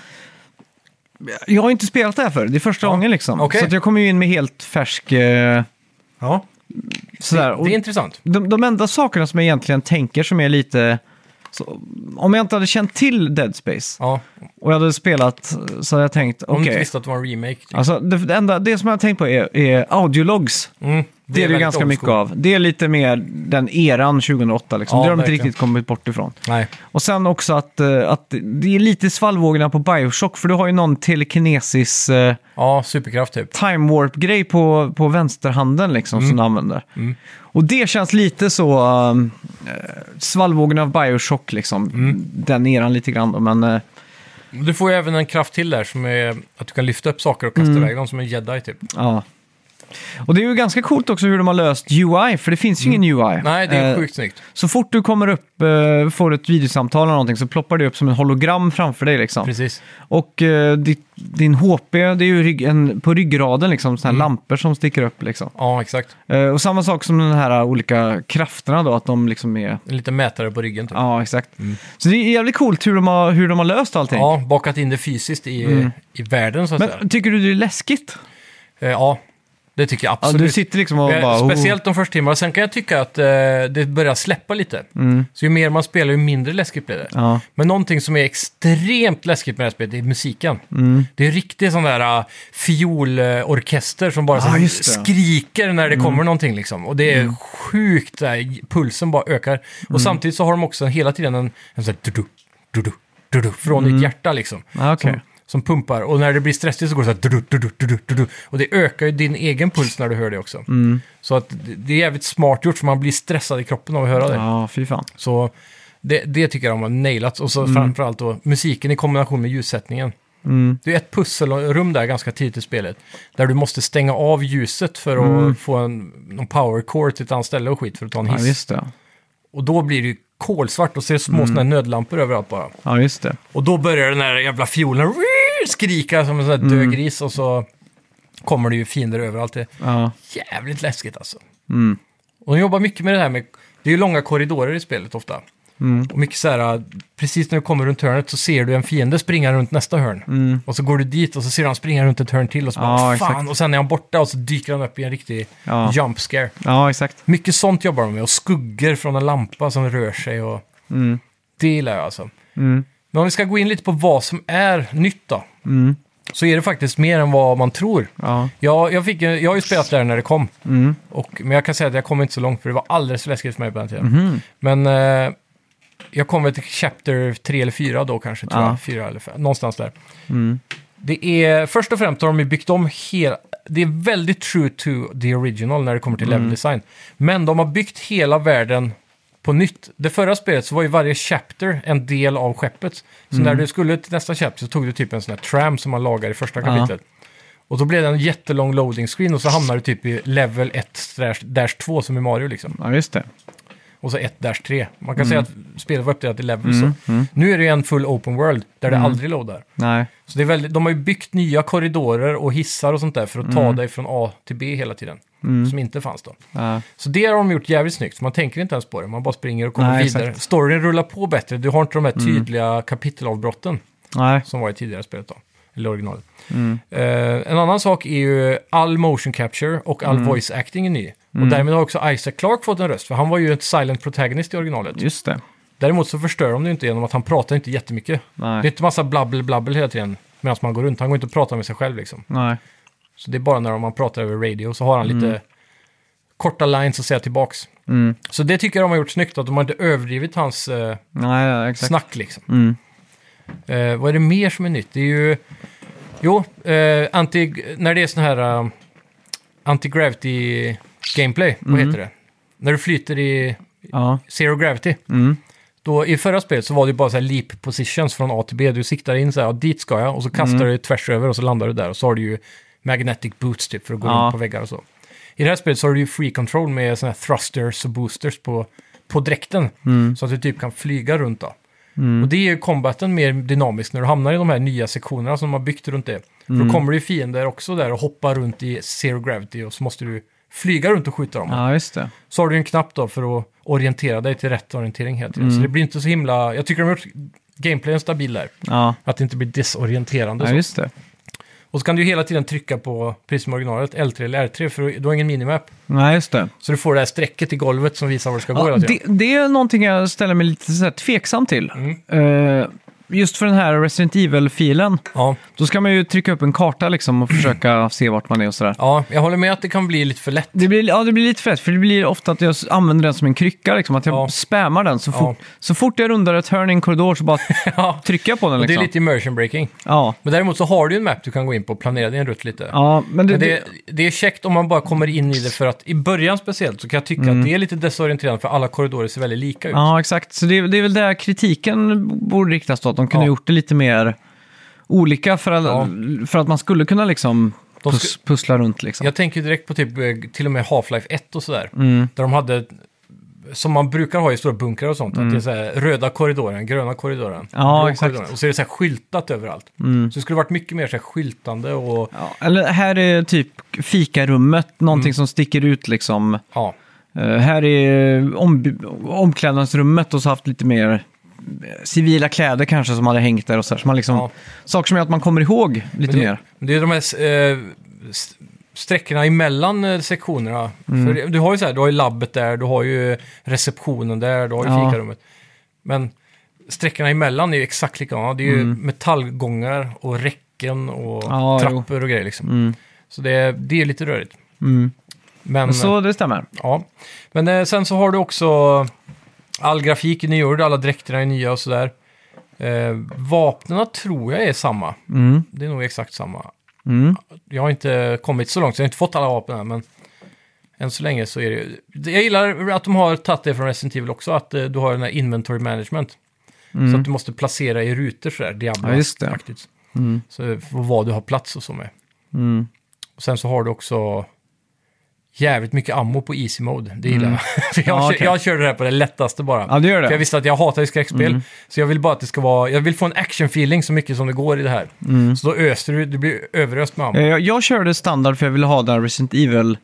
jag har inte spelat det här för. Det är första Ja. gången liksom. Okej. Så att jag kommer ju in med helt färsk... Eh, Ja, sådär. det Och är intressant. de, de enda sakerna som jag egentligen tänker som är lite... Så, om jag inte hade känt till Dead Space Ja. och jag hade spelat så hade jag tänkt, Om okej. du inte visste att det var en remake. Typ. Alltså, det, det, enda, det som jag har tänkt på är, är audiologs. Mm. Det är det ju väldigt ganska old mycket school. av. Det är lite mer den eran tjugohundraåtta liksom. Ja, det har de inte verkligen. riktigt kommit bort ifrån. Nej. Och sen också att, eh, att det är lite svallvågorna på Bioshock, för du har ju någon telekinesis eh, Ja, superkraft typ. time warp-grej på, på vänsterhanden liksom Mm. som du använder. Och det känns lite så um, eh, svallvågorna av Bioshock liksom. Mm. Den eran lite grann då, men eh, Du får ju även en kraft till där som är att du kan lyfta upp saker och kasta Mm. iväg dem som en jedi typ. ja. Och det är ju ganska coolt också hur de har löst U I, för det finns ju ingen U I. Mm. Nej, det är Eh, sjukt snyggt. Så fort du kommer upp, eh, får ett videosamtal eller någonting, så ploppar det upp som en hologram framför dig liksom. Precis. Och eh, ditt, din H P, det är ju rygg, en, på ryggraden liksom, sådana här Mm. lampor som sticker upp liksom. Ja, exakt. Eh, och samma sak som den här uh, olika krafterna då, att de liksom är... En liten mätare på ryggen typ. Ja, exakt. Så det är jävligt coolt hur de har, hur de har löst allting. Ja, bakat in det fysiskt i, i världen så att säga. Men tycker du det är läskigt? Eh, ja, det tycker jag Ja, absolut. du sitter liksom och Eh, bara... oh. Speciellt de första timmarna. Sen kan jag tycka att eh, det börjar släppa lite. Så ju mer man spelar, ju mindre läskigt blir det. Ja. Men någonting som är extremt läskigt med det här spelet är musiken. Mm. Det är riktigt sån där uh, fiolorkester som bara Ja, så här just det. skriker när det kommer någonting liksom. Och det är sjukt, där, pulsen bara ökar. Och samtidigt så har de också hela tiden en, en sån här du-du, du-du, du-du, från ditt hjärta liksom. Ja, okej. Som, som pumpar. Och när det blir stressigt så går det så här du-du, du-du, du-du, du-du. Och det ökar ju din egen puls när du hör det också. Så att det, det är jävligt smart gjort, för man blir stressad i kroppen av att höra det. Ja, fy fan. Så det, det tycker jag de har nailat. Och så framförallt då musiken i kombination med ljussättningen. Mm. Det är ett pusselrum där ganska tidigt i spelet. Där du måste stänga av ljuset för att få en någon power core till ett annat ställe och skit för att ta en Ja, hiss. just det. Och då blir det ju kolsvart och ser små såna här nödlampor överallt bara. Ja, just det. Och då börjar den här jävla fiolen skrika som en sån här död gris och så kommer det ju fiender överallt. Det är Ja. jävligt läskigt alltså. Mm. Och de jobbar mycket med det här med, det är ju långa korridorer i spelet ofta. Mm. Och mycket så här, precis när du kommer runt hörnet så ser du en fiende springa runt nästa hörn. Mm. Och så går du dit och så ser du han springa runt ett hörn till och så bara, Ja, fan, exakt. och sen är han borta och så dyker han upp i en riktig Ja. jump scare. Ja, exakt. Mycket sånt jobbar de med, och skuggor från en lampa som rör sig och Mm. det gillar jag alltså. Mm. Men om vi ska gå in lite på vad som är nytt då, Mm. så är det faktiskt mer än vad man tror. Ja. Jag, jag, fick, jag har ju spelat där när det kom, Mm. och, men jag kan säga att jag kom inte så långt för det var alldeles för läskigt för mig på den tiden. Mhm. Men eh, jag kom väl till chapter tre eller fyra då kanske, tror Ja. jag. Fyra eller fem, någonstans där. Mm. Det är, först och främst har de ju byggt om hela, det är väldigt true to the original när det kommer till Mm. level design. Men de har byggt hela världen på nytt. Det förra spelet så var ju varje chapter en del av skeppet. Så Mm. när du skulle till nästa chapter så tog du typ en sån här tram som man lagar i första Ja. kapitlet. Och då blev det en jättelång loading screen och så hamnar du typ i level ett dash två som i Mario liksom. Ja, just det. Och så ett dash tre. Man kan säga att spelet var uppdelat i levels. Mm. Så. Mm. Nu är det ju en full open world där det Mm. aldrig loadar. Nej. Så det är väldigt, de har ju byggt nya korridorer och hissar och sånt där för att ta Mm. dig från A till B hela tiden. Mm. Som inte fanns då. Ja. Så det har de gjort jävligt snyggt. Så man tänker inte ens på det. Man bara springer och kommer Nej, vidare. exakt. Storyn rullar på bättre. Du har inte de här tydliga kapitelavbrotten Nej. som var i tidigare spelet då. Eller originalet. Mm. Eh, en annan sak är ju all motion capture och all Mm. voice acting är ny. Mm. Och därmed har också Isaac Clarke fått en röst. För han var ju ett silent protagonist i originalet. Just det. Däremot så förstör de det inte genom att han pratar inte jättemycket. Nej. Det är inte massa blabbel blabbel hela tiden medan man går runt. Han går inte och pratar med sig själv liksom. Nej. Så det är bara när man pratar över radio så har han lite Mm. korta lines att säga tillbaks. Mm. Så det tycker jag de har gjort snyggt, att de har inte överdrivit hans eh, Nej, ja, exakt. snack liksom. Mm. Eh, vad är det mer som är nytt? Det är ju... Jo, eh, anti, när det är sån här uh, anti-gravity gameplay, vad Mm. heter det? När du flyter i Ja. zero gravity. Mm. Då, i förra spelet så var det bara så här leap positions från A till B. Du siktar in så här, ja, dit ska jag, och så kastar Mm. du tvärs över och så landar du där. Och så har du ju magnetic boots typ för att gå Ja. runt på väggar och så. I det här spelet så har du ju free control med såna här thrusters och boosters på, på dräkten. Mm. Så att du typ kan flyga runt då. Mm. Och det är ju combaten mer dynamisk när du hamnar i de här nya sektionerna som de har byggt runt det. För Mm. då kommer det ju fiender också där och hoppar runt i zero gravity och så måste du flyga runt och skjuta dem. Ja, just det. Så har du en knapp då för att orientera dig till rätt orientering hela tiden. Mm. Så det blir inte så himla... Jag tycker de har gjort gameplayen stabil där. Ja, Att det inte blir desorienterande. och ja så. just det. Och så kan du ju hela tiden trycka på, precis som originalet, L tre eller R tre, för du har ingen minimap. Nej, just det. Så du får det här strecket i golvet som visar var det ska gå Ja, hela tiden. det, det är någonting jag ställer mig lite så här tveksam till. Mm. Eh, just för den här Resident Evil-filen, Ja. då ska man ju trycka upp en karta liksom och försöka se vart man är och sådär. ja, jag håller med att det kan bli lite för lätt. Det blir, ja, det blir lite fett, för det blir ofta att jag använder den som en krycka, liksom, att jag Ja. spammar den. Så fort, Ja. så fort jag rundar ett hörn i en korridor så bara Ja. trycker jag på den. Och det Liksom. är lite immersion breaking. Ja, Men däremot så har du ju en map du kan gå in på och planera din rutt lite. ja, men det... Men det, det är käckt om man bara kommer in i det, för att i början speciellt så kan jag tycka Mm. att det är lite desorienterande för alla korridorer ser väldigt lika ut. Ja, exakt. Så det, är- det är väl där kritiken borde riktas då, att de kunde Ja. ha gjort det lite mer olika för att, Ja. för att man skulle kunna liksom De pus, sku- pussla runt liksom. Jag tänker direkt på typ eh, till och med Half-Life ett och sådär. Mm. Där de hade, som man brukar ha i stora bunkrar och sånt, Mm. att det är så här, röda korridoren, gröna korridoren, Ja, blå exakt. korridoren. Och så är det så här skyltat överallt. Mm. Så det skulle varit mycket mer så här skyltande och Ja, eller här är typ fikarummet, någonting Mm. som sticker ut liksom. ja, Eh, här är om, omklädnadsrummet och så haft lite mer eh, civila kläder kanske som hade hängt där och så här. Så man liksom, Ja. saker som gör att man kommer ihåg lite Men det, mer. men det är de här eh, st- sträckorna emellan eh, sektionerna. Mm. För det- du har ju så här, du har ju labbet där, du har ju receptionen där, du har ju Ja. fikarummet. Men sträckorna emellan är ju exakt likadana. Det är ju Mm. metallgångar och räcken och Ja, trappor och grejer liksom. Mm. Så det, det är lite rörigt. Mm. Men, Men så det stämmer. ja. Men eh, sen så har du också all grafik är nygjord, alla dräkterna är nya och sådär. Eh, vapnena tror jag är samma. Mm. Det är nog exakt samma. Mm. Jag har inte kommit så långt, så jag har inte fått alla vapen än, men än så länge så är det ju... Jag gillar att de har tagit det från Resident Evil också, att eh, du har den här inventory management. Mm. Så att du måste placera i rutor sådär, Ja, just det. Diablo-aktigt. Mm. Så för vad du har plats och så med. Mm. Och sen så har du också jävligt mycket ammo på easy mode. Det gillar Mm. jag. För jag, Ja, kör, okej. jag körde det här på det lättaste bara. Ja, det gör det. För jag visste att jag hatar ju skräckspel. Mm. Så jag vill bara att det ska vara... Jag vill få en action-feeling så mycket som det går i det här. Mm. Så då öser du, du blir överöst med ammo. Eh, Jag, jag körde standard för jag ville ha den Resident Evil.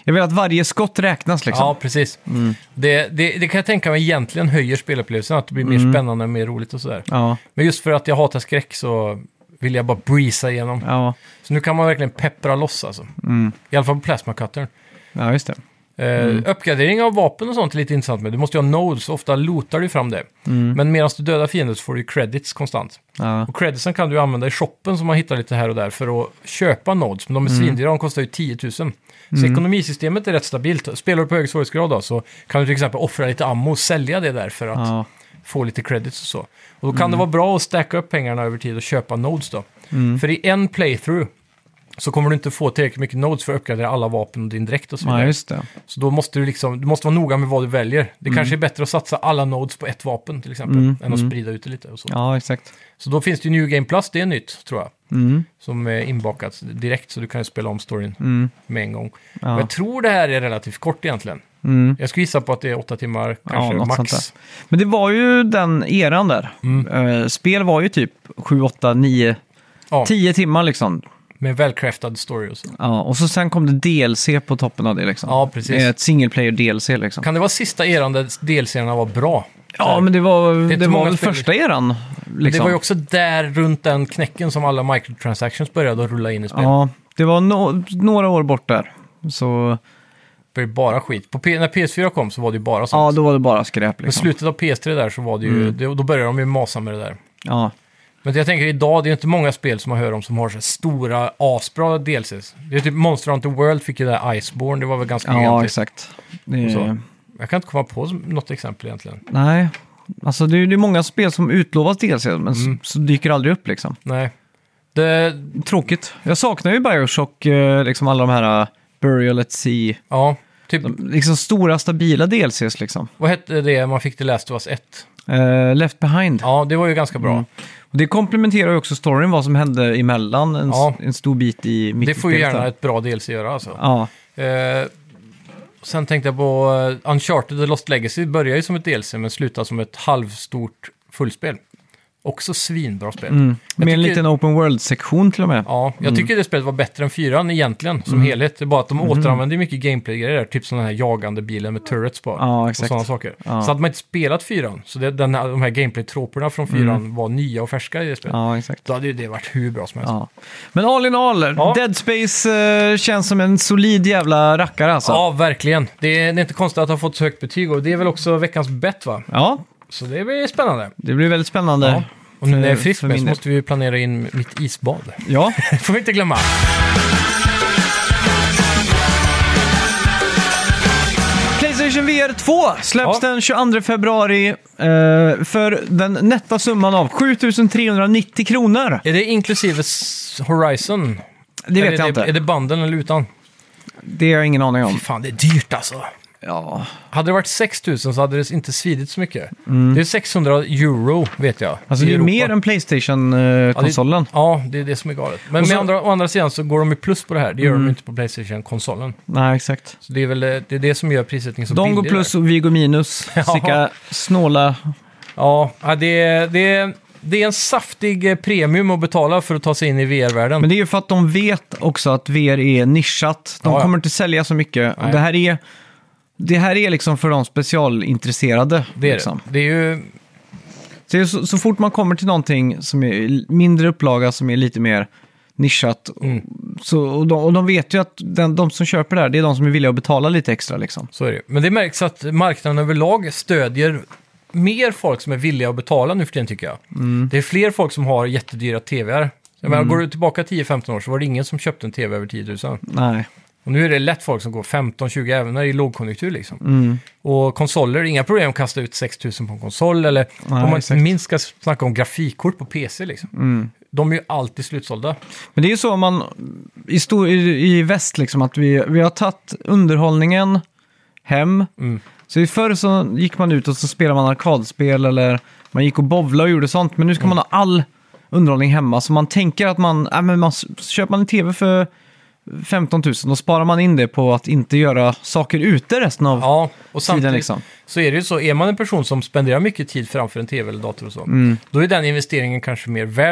Jag vill att varje skott räknas liksom. Ja, precis. Mm. Det, det, det kan jag tänka mig egentligen höjer spelupplevelsen, att det blir mer mm. spännande och mer roligt och sådär. Ja. Men just för att jag hatar skräck så vill jag bara breeza igenom. Ja. Så nu kan man verkligen peppra loss alltså. Mm. I alla fall på plasma-cuttern. Ja, just det. Mm. Uh, uppgradering av vapen och sånt är lite intressant med. Du måste ju ha nodes, ofta lootar du fram det. Mm. Men medan du dödar fiender så får du credits konstant. Ja. Och creditsen kan du använda i shoppen som man hittar lite här och där för att köpa nodes. Men de är mm. svindyra, de kostar ju tio tusen. Så mm. ekonomisystemet är rätt stabilt. Spelar du på hög svårighetsgrad då, så kan du till exempel offra lite ammo och sälja det där för att ja. få lite credits och så. Och då kan mm. det vara bra att stacka upp pengarna över tid och köpa nodes då. Mm. För i en playthrough så kommer du inte få tillräckligt mycket nodes för att uppgradera alla vapen och din dräkt och så vidare. Ja, just det. Så då måste du liksom, du måste vara noga med vad du väljer. Det mm. kanske är bättre att satsa alla nodes på ett vapen till exempel, mm. än att mm. sprida ut det lite och så. Ja, exakt. Så då finns det ju New Game Plus, det är nytt tror jag. Mm. Som är inbakat direkt, så du kan ju spela om storyn mm. med en gång. Ja. Och jag tror det här är relativt kort egentligen. Mm. Jag skulle gissa på att det är åtta timmar, kanske ja, max. Men det var ju den eran där. Mm. Uh, spel var ju typ sju, åtta, nio, ja. tio timmar liksom. Med välcraftad story och så. Ja, och så sen kom det D L C på toppen av det liksom. Ja, precis. Ett single player D L C liksom. Kan det vara sista eran där D L C-erna var bra? Ja, men det var, det det var väl första eran. Liksom. Det var ju också där runt den knäcken som alla microtransactions började att rulla in i spel. Ja, det var no- några år bort där. Så... Det var bara skit. På P- när P S fyra kom så var det ju bara sånt. Ja, då var det bara skräp liksom. Men slutet av P S tre där så var det ju... Mm. Det, då började de ju masa med det där. Ja. Men jag tänker idag, det är inte många spel som man hör om som har så stora, asbra D L Cs. Det är typ Monster Hunter World fick ju det där Iceborne, det var väl ganska gigantiskt. Ja, exakt. Det... Så. Jag kan inte komma på något exempel egentligen. Nej, alltså det är ju många spel som utlovas D L C, men mm. så, så dyker aldrig upp liksom. Nej. Det... Tråkigt. Jag saknar ju Bioshock, liksom alla de här uh, Burial at Sea. Ja, typ... De, liksom stora, stabila D L Cs liksom. Vad hette det man fick till Last of Us ett? Uh, Left Behind. Ja, det var ju ganska bra. Mm. Och det komplementerar ju också storyn, vad som hände emellan en, ja. en stor bit i mitt. Det får ju gärna ett bra D L C göra alltså. Ja. Uh, sen tänkte jag på uh, Uncharted The Lost Legacy börjar ju som ett D L C men slutar som ett halvstort fullspel. Också svinbra spel. Mm. Med tycker... en liten open world-sektion till och med. Ja, jag mm. tycker det spelet var bättre än fyran egentligen, som mm. helhet. Det är bara att de mm. återanvänder mycket gameplay-grejer, typ sådana här jagande bilen med turrets på. Ja, exakt. Och sådana saker. Ja. Så hade man inte spelat fyran, så det, den här, de här gameplay-troperna från fyran mm. var nya och färska i det spelet. Ja, exakt. Då hade ju det varit hur bra som helst. Ja. Men all in all, ja. Dead Space uh, känns som en solid jävla rackare alltså. Ja, verkligen. Det är, det är inte konstigt att ha fått så högt betyg, och det är väl också veckans bett, va? Ja. Så det blir spännande. Det blir väldigt spännande. Ja. Och nu när jag är frisk med så måste vi planera in mitt isbad. Ja. Får vi inte glömma. PlayStation V R två släpps ja. den tjugoandra februari eh, för den nätta summan av sju tusen trehundranittio kronor. Är det inklusive Horizon? Det vet är jag det, inte. Är det banden eller utan? Det har jag ingen aning om. Fy fan, det är dyrt alltså. Ja. Hade det varit sex tusen så hade det inte svidit så mycket. Mm. Det är sexhundra euro, vet jag. Alltså det är Europa. mer än PlayStation-konsolen. Ja, det, ja, det är det som är galet. Men så, med andra, å andra sidan så går de ju plus på det här. Det gör mm. de inte på PlayStation-konsolen. Nej, exakt. Så det är väl det, är det som gör prissättningen så de billig. De går plus där. Och vi går minus. Sicka snåla. Ja, det är... Det Det är en saftig premium att betala för att ta sig in i V R-världen. Men det är ju för att de vet också att V R är nischat. De ja, ja. kommer inte sälja så mycket. Och det här är... Det här är liksom för de specialintresserade. Det är liksom. det. Det är ju... Så, så, så fort man kommer till någonting som är mindre upplaga, som är lite mer nischat. Mm. Så, och, de, och de vet ju att den, de som köper det här, det är de som är villiga att betala lite extra. Liksom. Så är det. Men det märks att marknaden överlag stödjer mer folk som är villiga att betala nu för tiden, tycker jag. Mm. Det är fler folk som har jättedyra T V:ar. Jag menar, mm. går du tillbaka tio femton år så var det ingen som köpte en T V över tio tusen. Nej. Och nu är det lätt folk som går femton tjugo även när det är lågkonjunktur liksom. Mm. Och konsoler, inga problem att kasta ut sex tusen på en konsol. Eller Nej, om man exakt. minst ska snacka om grafikkort på P C liksom. Mm. De är ju alltid slutsålda. Men det är ju så man i, stor, i, i väst liksom, att vi, vi har tagit underhållningen hem. Mm. Så i förr så gick man ut och så spelade man arkadspel eller man gick och bowlade och gjorde sånt. Men nu ska mm. man ha all underhållning hemma. Så man tänker att man, äh, men man köper man en T V för femton tusen, då sparar man in det på att inte göra saker ute resten av ja, och tiden. Liksom. Så är det ju så, är man en person som spenderar mycket tid framför en T V eller dator och så, mm. då är den investeringen kanske mer värd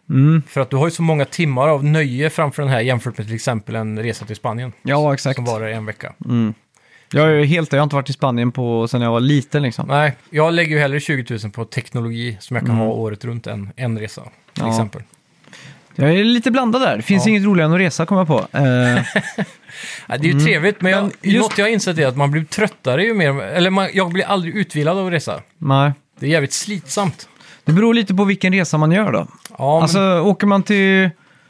Mm. För att du har ju så många timmar av nöje framför den här jämfört med till exempel en resa till Spanien. Ja, exakt. Som varar en vecka. Mm. Jag är ju helt, jag har inte varit i Spanien på sedan jag var liten liksom. Nej, jag lägger ju hellre tjugo tusen på teknologi som jag kan Mm. ha året runt än en resa till Ja. exempel. Jag är lite blandad där. Det finns Ja. inget roligare än att resa, kommer jag på. Eh, Ja, det är ju trevligt, men jag, Mm. Ja, just- något jag har insett är att man blir tröttare ju mer, eller man, jag blir aldrig utvilad av att resa. nej. Det är jävligt slitsamt. Det beror lite på vilken resa man gör då. Ja, Alltså, men, åker man till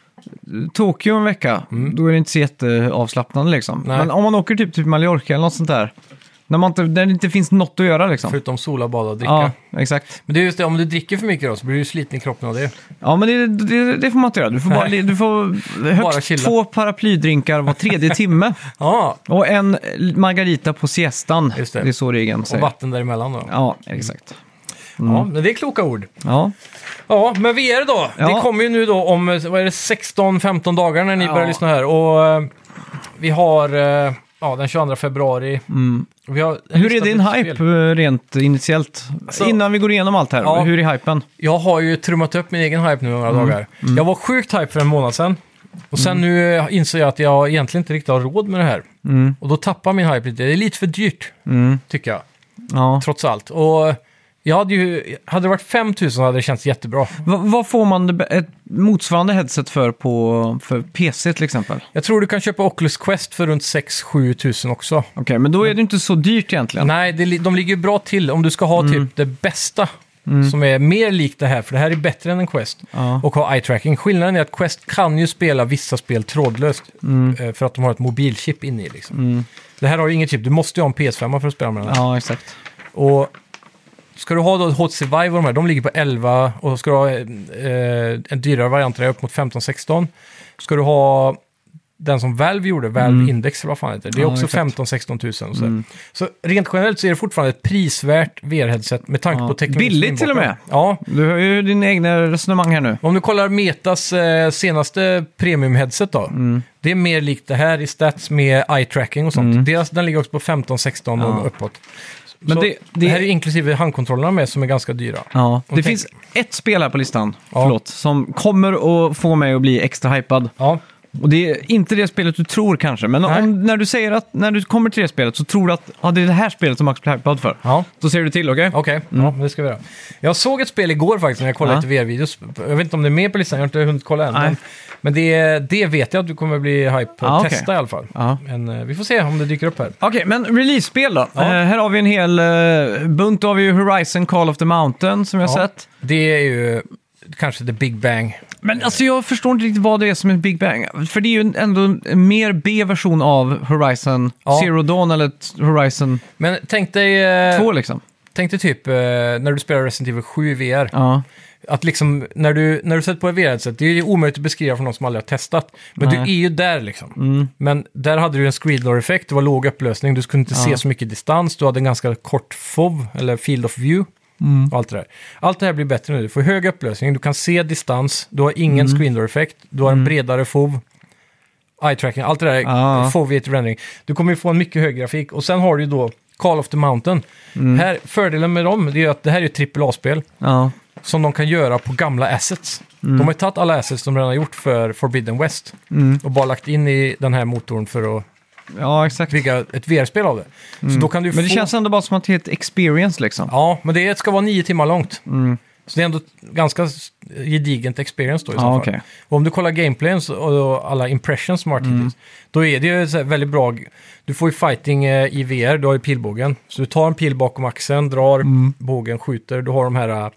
Tokyo en vecka, då är det inte så jätteavslappnande liksom. Nej. Men om man åker typ till Mallorca eller något sånt där, när, man inte, där det inte finns något att göra liksom. förutom sola, bada och dricka. Ja, exakt. Men det är just det, om du dricker för mycket då, så blir du sliten i kroppen av det. Ja, men det, det, det får man inte göra. Du får, bara, Nej. du får Bara högst chilla. två paraplydrinkar var tredje timme Ja, och en margarita på siestan. Just det. Det är så regeln och säger. vatten däremellan då. Ja, exakt. Ja, men det är kloka ord. Ja. Ja, men V R då. Ja. Det kommer ju nu då om, vad är det, sexton femton dagar när ni Ja. börjar lyssna här. Och eh, vi har eh, ja, den tjugoandra februari. Vi har Mm. Hur är listat din ett hype spel. eh, rent initiellt? Så- Innan vi går igenom allt här, Ja. hur är hypen? Jag har ju trummat upp min egen hype nu några Mm. dagar. Jag var sjukt hype för en månad sedan. Och sen nu eh, inser jag att jag egentligen inte riktigt har råd med det här. Mm. Och då tappar min hype lite. Det är lite för dyrt, Mm. tycker jag. Ja. Trots allt. Och jag hade ju, hade det varit fem tusen hade det känts jättebra. Va, vad får man det- ett motsvarande headset för på för P C till exempel? Okej, Jag tror du kan köpa Oculus Quest för runt sex sju tusen också. men då är det inte så dyrt egentligen. Nej, det, li- de ligger ju bra till om du ska ha Mm. typ det bästa som är mer likt det här, för det här är bättre än en Quest. Ja. Och ha eye-tracking. Skillnaden är att Quest kan ju spela vissa spel trådlöst Mm. eh, för att de har ett mobilchip inne i. Liksom. Det här har ju inget chip, du måste ju ha en P S fem för att spela med den. Ja, exakt. Och ska du ha då H T C Vive och de här, de ligger på elva, och ska du ha eh, en dyrare variant där upp mot femton sexton. Ska du ha den som Valve gjorde, Valve Index eller vad fan heter det. Det är Ja, också exakt. femton sexton tusen. Och så. så rent generellt så är det fortfarande ett prisvärt V R-headset med tanke Ja. på teknologin. Billigt till och med. Ja. Du har ju din egna resonemang här nu. Om du kollar Metas eh, senaste premium-headset då. Det är mer likt det här i stats med eye-tracking och sånt. Deras, den ligger också på femton sexton Ja. och uppåt. Men Så det- det, det- här är inklusive handkontrollerna med som är ganska dyra. Ja. Och Det tänk- finns ett spel här på listan, Ja. förlåt, som kommer att få mig att bli extra hypad. Ja, Och det är inte det spelet du tror kanske, men Nej. om, när du säger att när du kommer till det spelet så tror du att ja, det är det här spelet som Max blir hypad för. ja. Då ser du till, okej? Okej, ja, det ska vi göra. Jag såg ett spel igår faktiskt när jag kollade Ja. lite V R-videos. Jag vet inte om det är med på listan, jag har inte hunnit kolla än. Nej. Men, men det, det vet jag att du kommer bli hype på Ja, att okej. testa i alla fall. Ja. Men eh, vi får se om det dyker upp här. Okej, men release-spel då? Ja. Eh, här har vi en hel uh, bunt. Då har vi ju Horizon Call of the Mountain som jag har Ja. sett. Det är ju kanske the big bang. Men alltså jag förstår inte riktigt vad det är som är Big Bang. För det är ju ändå en mer B-version av Horizon Ja. Zero Dawn eller ett Horizon Men tänk dig, eh, två liksom. tänk dig typ eh, när du spelar Resident Evil sju i V R. Ja. Att liksom, när du, när du sätter på ett V R-headset, det är ju omöjligt att beskriva för någon som aldrig har testat. Men Nej. Mm. du är ju där liksom. Men där hade du en screenlore-effekt, det var låg upplösning, du skulle inte se så mycket distans, du hade en ganska kort F O V, eller Field of View. Mm. Och allt det där. Allt det här blir bättre nu. Du får hög upplösning, du kan se distans, du har ingen Mm. screenlore-effekt, du har en bredare F O V, eye-tracking, allt det där, Ja. F O V i ett rendering. Du kommer ju få en mycket högre grafik. Och sen har du ju då Call of the Mountain. Mm. Här, fördelen med dem det är ju att det här är ett trippel A-spel Ja. som de kan göra på gamla assets. Mm. De har ju tagit alla assets de redan har gjort för Forbidden West och bara lagt in i den här motorn för att ja, exakt. bygga ett V R-spel av det. Så då kan du Men det få... känns ändå bara som att det är ett experience liksom. Ja, men det ska vara nio timmar långt. Så det är ändå ett ganska gedigent experience då i så Ja, fall. okej. Och om du kollar gameplayen så- och alla impressions som har varit hittills, då är det ju så här väldigt bra. Du får ju fighting eh, i V R, du har ju pilbågen. Så du tar en pil bakom axeln, drar bågen, skjuter. Du har de här, eh,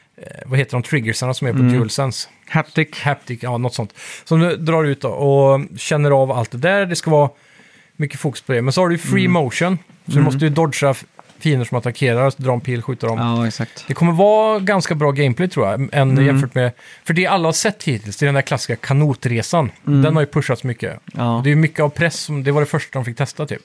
vad heter de, triggersarna som är på DualSense. Haptic. Haptic, ja, något sånt. Som du drar ut då och känner av allt det där. Det ska vara mycket fokus på det. Men så har du ju free motion. Så du måste ju dodga f- fiender som attackerar, dra en pil, skjuta dem. Ja, exakt. Det kommer vara ganska bra gameplay tror jag, än Mm. jämfört med... För det alla har sett hittills, det är den där klassiska kanotresan. Den har ju pushats mycket. Mm. Ja. Och det är ju mycket av press, som, det var det första de fick testa typ.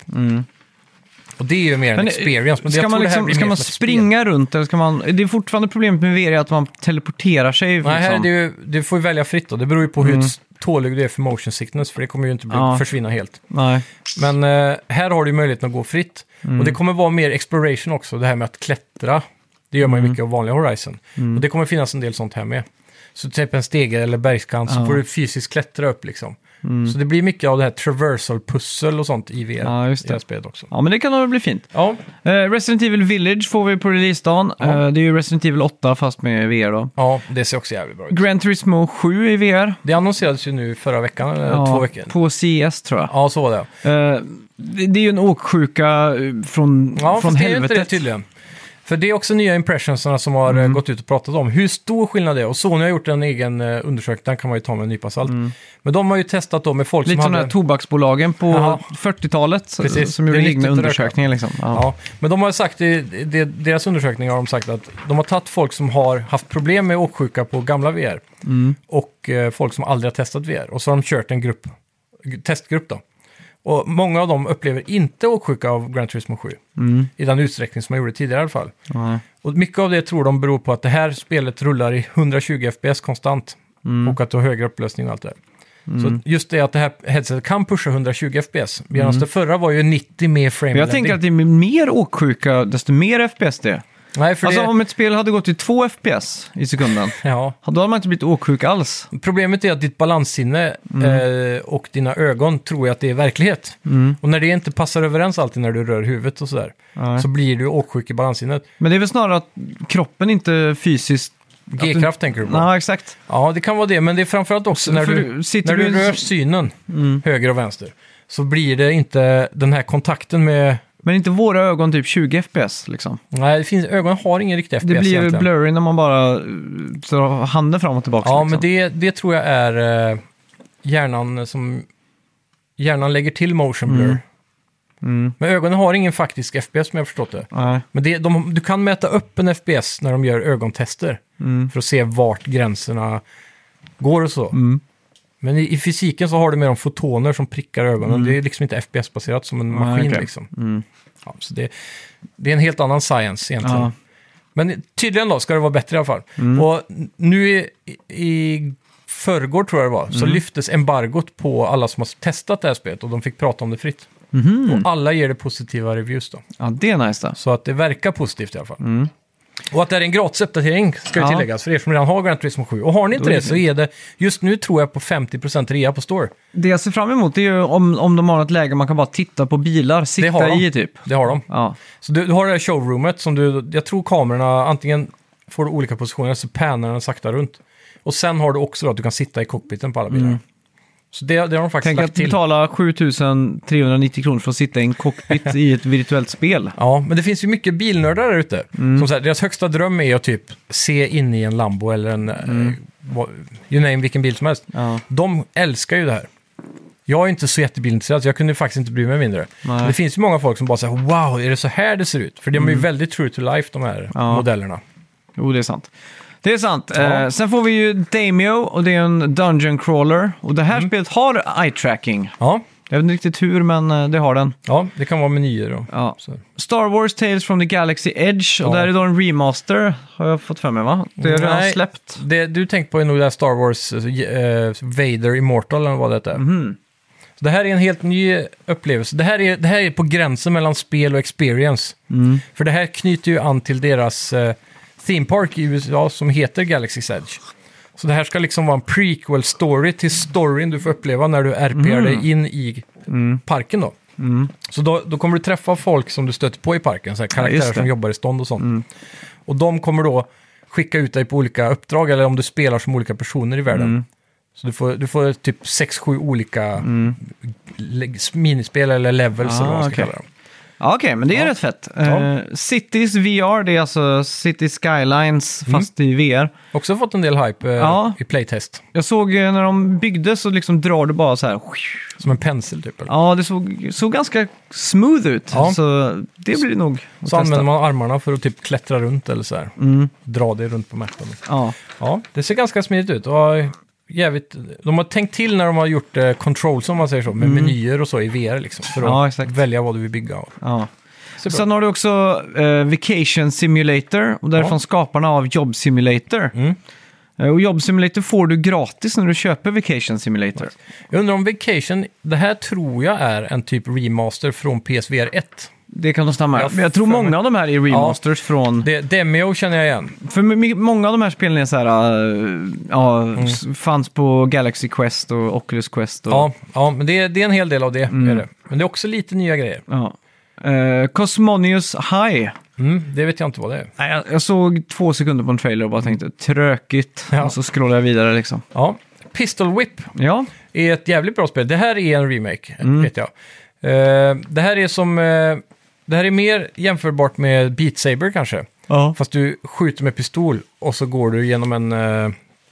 Och det är ju mer en Men, experience. Men ska jag man, tror det här liksom, blir ska mer man som ett springa runt eller ska man... Det är fortfarande problemet med V R är att man teleporterar sig. spel. Nej, här är liksom. det ju, du får ju välja fritt då. Det beror ju på hur tålig du är för motion sickness, för det kommer ju inte bli, Ja. försvinna helt. Nej. Men eh, här har du ju möjligheten att gå fritt. Och det kommer vara mer exploration också, det här med att klättra. Det gör man ju mycket av vanliga Horizon. Och det kommer finnas en del sånt här med. så typ en stege eller bergskant så Ja. får du fysiskt klättra upp liksom. Så det blir mycket av det här traversal-pussel och sånt i V R. Ja, just I det. det här spelet också. Ja, men det kan nog bli fint. Ja, Eh, Resident Evil Village får vi på releasedagen. Ja. Eh, det är ju Resident Evil åtta fast med V R då. ja, det ser också jävligt bra ut. Gran Turismo sju i V R. Det annonserades ju nu förra veckan, eller Ja, två veckor. på C E S tror jag. Ja, så var det. Eh, det, det är ju en åksjuka eh, från, Ja, från fast det är ju inte helvetet. det tydligen. För det är också nya impressionsarna som har Mm. eh, gått ut och pratat om hur stor skillnad det är. Och Sony har gjort en egen eh, undersökning, den kan man ju ta med en nypa salt. Men de har ju testat då med folk Lite som som de hade... här tobaksbolagen på Ja. fyrtiotalet Precis. som Det är gjorde nyttigt egna att räkna. undersökningar. Liksom. Ja. Ja, men de har sagt i det, deras undersökningar har de sagt att de har tagit folk som har haft problem med åksjuka på gamla V R Mm. och eh, folk som aldrig har testat V R. Och så har de kört en grupp, testgrupp då. Och många av dem upplever inte åksjuka av Gran Turismo sju. Mm. I den utsträckning som man gjorde tidigare i alla fall. Ja. Och mycket av det tror de beror på att det här spelet rullar i hundratjugo F P S konstant. Mm. Och att du har högre upplösning och allt det där. Så just det att det här headsetet kan pusha hundratjugo F P S. Medan det förra var ju nittio med frame Men jag blending. tänker att det är mer åksjuka desto mer F P S det är. Nej, för Alltså det... om ett spel hade gått till två F P S i sekunden, Ja. då hade man inte blivit åksjuk alls. Problemet är att ditt balanssinne Mm. eh, och dina ögon tror att det är verklighet. Och när det inte passar överens alltid när du rör huvudet och sådär, Nej. så blir du åksjuk i balanssinnet. Men det är väl snarare att kroppen inte fysiskt... G-kraft tänker du på? Ja, exakt. Ja, det kan vara det, men det är framförallt också när för du, du sitter när du du i en- rör synen, höger och vänster, så blir det inte den här kontakten med... Men inte våra ögon typ tjugo F P S liksom. Nej, det finns, ögonen har ingen riktig F P S Det blir ju egentligen. blurry när man bara uh, drar handen fram och tillbaka. Ja, liksom. men det, det tror jag är eh, hjärnan som... Hjärnan lägger till motion blur. Mm. Men ögonen har ingen faktisk F P S som jag har förstått det. Nej. Men det, de, du kan mäta upp en F P S när de gör ögontester. Mm. För att se vart gränserna går och så. Mm. Men i, i fysiken så har du med de fotoner som prickar ögonen. Mm. Det är liksom inte F P S-baserat som en Nej, maskin. okej. Liksom. Mm. Ja, så det, det är en helt annan science egentligen. Ja. Men tydligen då ska det vara bättre i alla fall. Mm. Och nu i, i förrgår tror jag det var, så Mm. lyftes embargot på alla som har testat det här spelet och de fick prata om det fritt. Mhm. Och alla ger det positiva reviews då. Ja, det är nice då. Så att det verkar positivt i alla fall. Mm. Och att det är en gratis uppdatering ska ju Ja. tilläggas för er som redan har Gran Turismo sju. Och har ni inte Då är det det så är det just nu tror jag på femtio procent rea på Store. Det jag ser fram emot är ju om, om de har ett läge man kan bara titta på bilar, har sitta de. i typ. Det har de. Ja. Så du, du har det här showroomet som du, jag tror kamerorna antingen får du olika positioner så pannar den sakta runt. Och sen har du också då att du kan sitta i cockpiten på alla bilar. Mm. Så det, det har de faktiskt Tänk lagt att till. betala sju tusen trehundranittio kronor för att sitta i en cockpit i ett virtuellt spel. Ja, men det finns ju mycket bilnördar där ute. Mm. Som så här, deras högsta dröm är att typ se in i en Lambo eller en, mm. uh, you name vilken bil som helst. Ja. De älskar ju det här. Jag är inte så jättebilintresserad så jag kunde faktiskt inte bry mig mindre. Nej. Men det finns ju många folk som bara säger wow, är det så här det ser ut? För de är ju väldigt true to life de här Ja. modellerna. Jo, det är sant. Det är sant. Ja. Eh, sen får vi ju Daimyo och det är en dungeon crawler. Och det här spelet har eye-tracking. Ja, Jag vet inte riktigt hur, men eh, det har den. ja det kan vara menyer och Ja. så. Star Wars Tales from the Galaxy Edge. Och Ja. där är då en remaster, har jag fått för mig va? Det är redan Nej. släppt. Det du tänker på är nog det här Star Wars eh, Vader Immortal eller vad det är. Mhm. Så det här är en helt ny upplevelse. Det här är, det här är på gränsen mellan spel och experience. Mm. För det här knyter ju an till deras eh, theme park i U S A som heter Galaxy's Edge. Så det här ska liksom vara en prequel story till storyn du får uppleva när du R P:ar dig in i parken då. Mm. Så då, då kommer du träffa folk som du stöter på i parken, så här karaktärer just det. som jobbar i stånd och sånt. Och de kommer då skicka ut dig på olika uppdrag eller om du spelar som olika personer i världen. Mm. Så du får, du får typ sex sju olika le- minispel eller levels Ah, eller vad man ska okej. kalla dem. Ja, okej, men det är Ja. rätt fett. Ja. Eh, Cities V R, det är alltså City Skylines fast i V R. Också fått en del hype eh, Ja. i playtest. Jag såg eh, när de byggde så liksom drar du bara så här. Som en pensel typ. Eller? Ja, det såg, såg ganska smooth ut. Ja. Så det blir nog att Så testa. använder man armarna för att typ klättra runt eller så här. Mm. Dra dig runt på mappen. Ja. Ja, det ser ganska smidigt ut. Och jävligt, de har tänkt till när de har gjort eh, controls, om man säger så, med menyer och så i V R liksom. För att Ja, exakt. välja vad du vill bygga. Och. Ja. Ser bra. Sen har du också eh, Vacation Simulator och därifrån Ja. skaparna av Job Simulator. Mm. Eh, och Job Simulator får du gratis när du köper Vacation Simulator. Jag undrar om Vacation, det här tror jag är en typ remaster från P S V R ett. Det kan nog stämma. Jag Men jag tror för många mig- av de här är remasters från... Det, Demio känner jag igen. För my- många av de här spelen är så här... Uh, ja, s- fanns på Galaxy Quest och Oculus Quest. Och, Ja, ja men det, det är en hel del av det, Mm. är det. Men det är också lite nya grejer. ja. Uh, Cosmonius High. Mm, det vet jag inte vad det är. Nej, Jag, jag såg två sekunder på en trailer och bara tänkte tråkigt. Ja. Och så scrollade jag vidare liksom. Ja, Pistol Whip Ja, är ett jävligt bra spel. Det här är en remake, Mm. vet jag. Eh, det här är som... eh, det här är mer jämförbart med Beat Saber kanske. ja. Fast du skjuter med pistol och så går du genom en uh,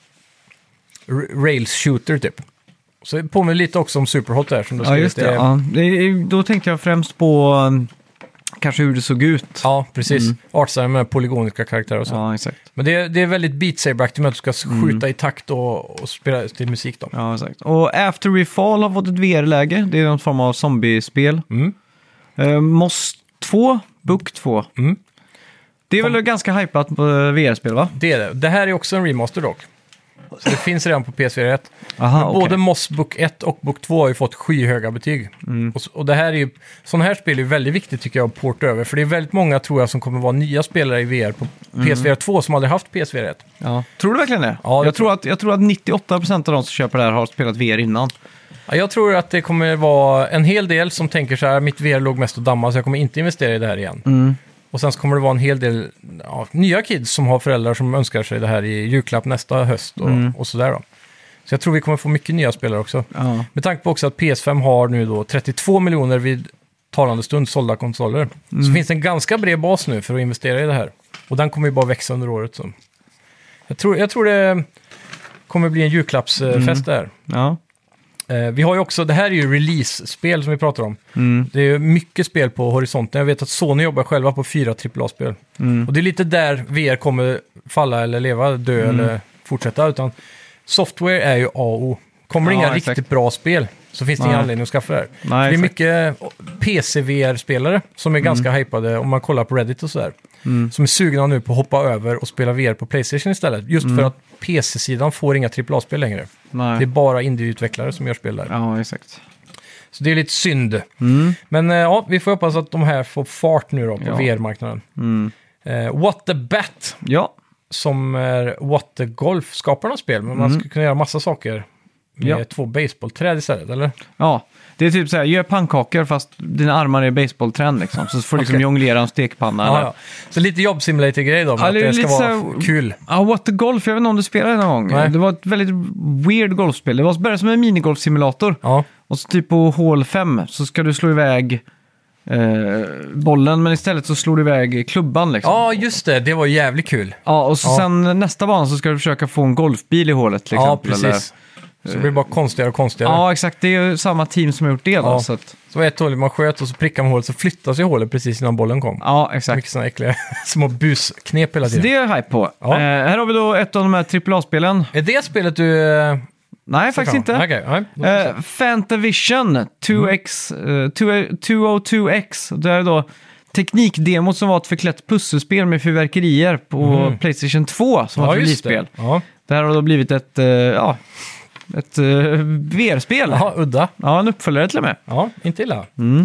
rails shooter typ. Så det påminner lite också om Superhot där som du ja skrivit. just det. Ja. det är, då tänkte jag främst på um, kanske hur det såg ut. Ja, precis. Mm. Artstyle med polygoniska karaktärer och så. Ja, exakt. Men det är, det är väldigt Beat Saber-aktigt med att du ska skjuta i takt och, och spela till musik då. Ja, exakt. Och After Refall har fått ett V R-läge. Det är någon form av zombiespel. Mm. Uh, Moss två, Book två. Mm. Det är väl ganska hypat på V R-spel, va? Det är det. Det här är också en remaster dock. Så det finns redan på P S fyra ett. Aha, Men okej. både Moss Book ett och Book två har ju fått skyhöga betyg. Mm. Och, s- och det här är ju, sådana här spel är ju väldigt viktigt tycker jag att porta över. För det är väldigt många tror jag som kommer vara nya spelare i V R på Mm. P S fyra två som aldrig haft P S fyra ett. Ja. Tror du verkligen det? Ja, det jag, tror tror att, jag tror att nittioåtta procent av de som köper det här har spelat V R innan. Ja, jag tror att det kommer vara en hel del som tänker så här, mitt V R låg mest och damma så jag kommer inte investera i det här igen. Mm. Och sen så kommer det vara en hel del ja, nya kids som har föräldrar som önskar sig det här i julklapp nästa höst och, Mm. och sådär då. Så jag tror vi kommer få mycket nya spelare också. Ja. Med tanke på också att P S fem har nu då trettiotvå miljoner vid talande stund sålda konsoler. Mm. Så finns det en ganska bred bas nu för att investera i det här. Och den kommer ju bara växa under året. Så. Jag, tror, jag tror det kommer bli en julklappsfest Mm. där. Ja. Eh, vi har ju också, det här är ju release-spel som vi pratar om. Mm. Det är ju mycket spel på horisonten. Jag vet att Sony jobbar själva på fyra trippel A-spel. Mm. Och det är lite där V R kommer falla eller leva, dö Mm. eller fortsätta. Utan software är ju A och O. Kommer det Ja, inga exakt. riktigt bra spel så finns det ingen Nej. anledning att skaffa det här. Nej, det är exakt. mycket P C-V R-spelare som är ganska hypade om man kollar på Reddit och sådär. Mm. Som är sugna nu på att hoppa över och spela V R på PlayStation istället. Just Mm. för att P C-sidan får inga trippel A-spel längre. Nej. Det är bara indieutvecklare som gör spel där. Ja, exakt. Så det är lite synd. Mm. Men eh, ja, vi får hoppas att de här får fart nu då på Ja. V R-marknaden. Mm. Eh, What the Bat, Ja. som är What the Golf, skapar något spel. Men man Mm. ska kunna göra massa saker med Ja. två baseballträd istället, eller? Ja, det är typ så här, gör pannkakor fast dina armar är baseballträn liksom. Så får du liksom Okej. jonglera en stekpanna. Ja, eller- ja. Så lite jobb simulator-grej då, men Ja, att det är det ska lite vara så här- kul. Ja, What the Golf, jag vet inte om du spelade det någon gång. Nej. Det var ett väldigt weird golfspel. Det var började som en minigolfsimulator. Ja, Och så typ på hål fem så ska du slå iväg eh, bollen, men istället så slår du iväg klubban liksom. ja just det. Det var jävligt kul. Ja, och så Ja. sen nästa bana så ska du försöka få en golfbil i hålet till Ja, exempel. eller- precis. Så det blir bara konstigare och konstigare. Ja, exakt. Det är ju samma team som har gjort det då. Ja. Så att, Så var ett hål man sköt och så prickade man hålet så flyttade sig hålet precis innan bollen kom. ja, Mycket exakt. sådana äckliga små busknep hela Så tiden. det är jag hype på. Ja. Eh, här har vi då ett av de här trippel A-spelen. Är det spelet du... eh, Nej, ser faktiskt fram- inte. Okej, nej. Då får vi se. Uh, Fantavision två X, eh, tvåhundratvå X. Det är då teknikdemot som var ett förklätt pusselspel med fyrverkerier på Mm. PlayStation två som var ett just release-spel. det. Ja. Det här har då blivit ett, eh, ja, ett uh, V R-spel. Ja. Jaha, udda. en uppföljare till och med. Ja, inte illa. Mm.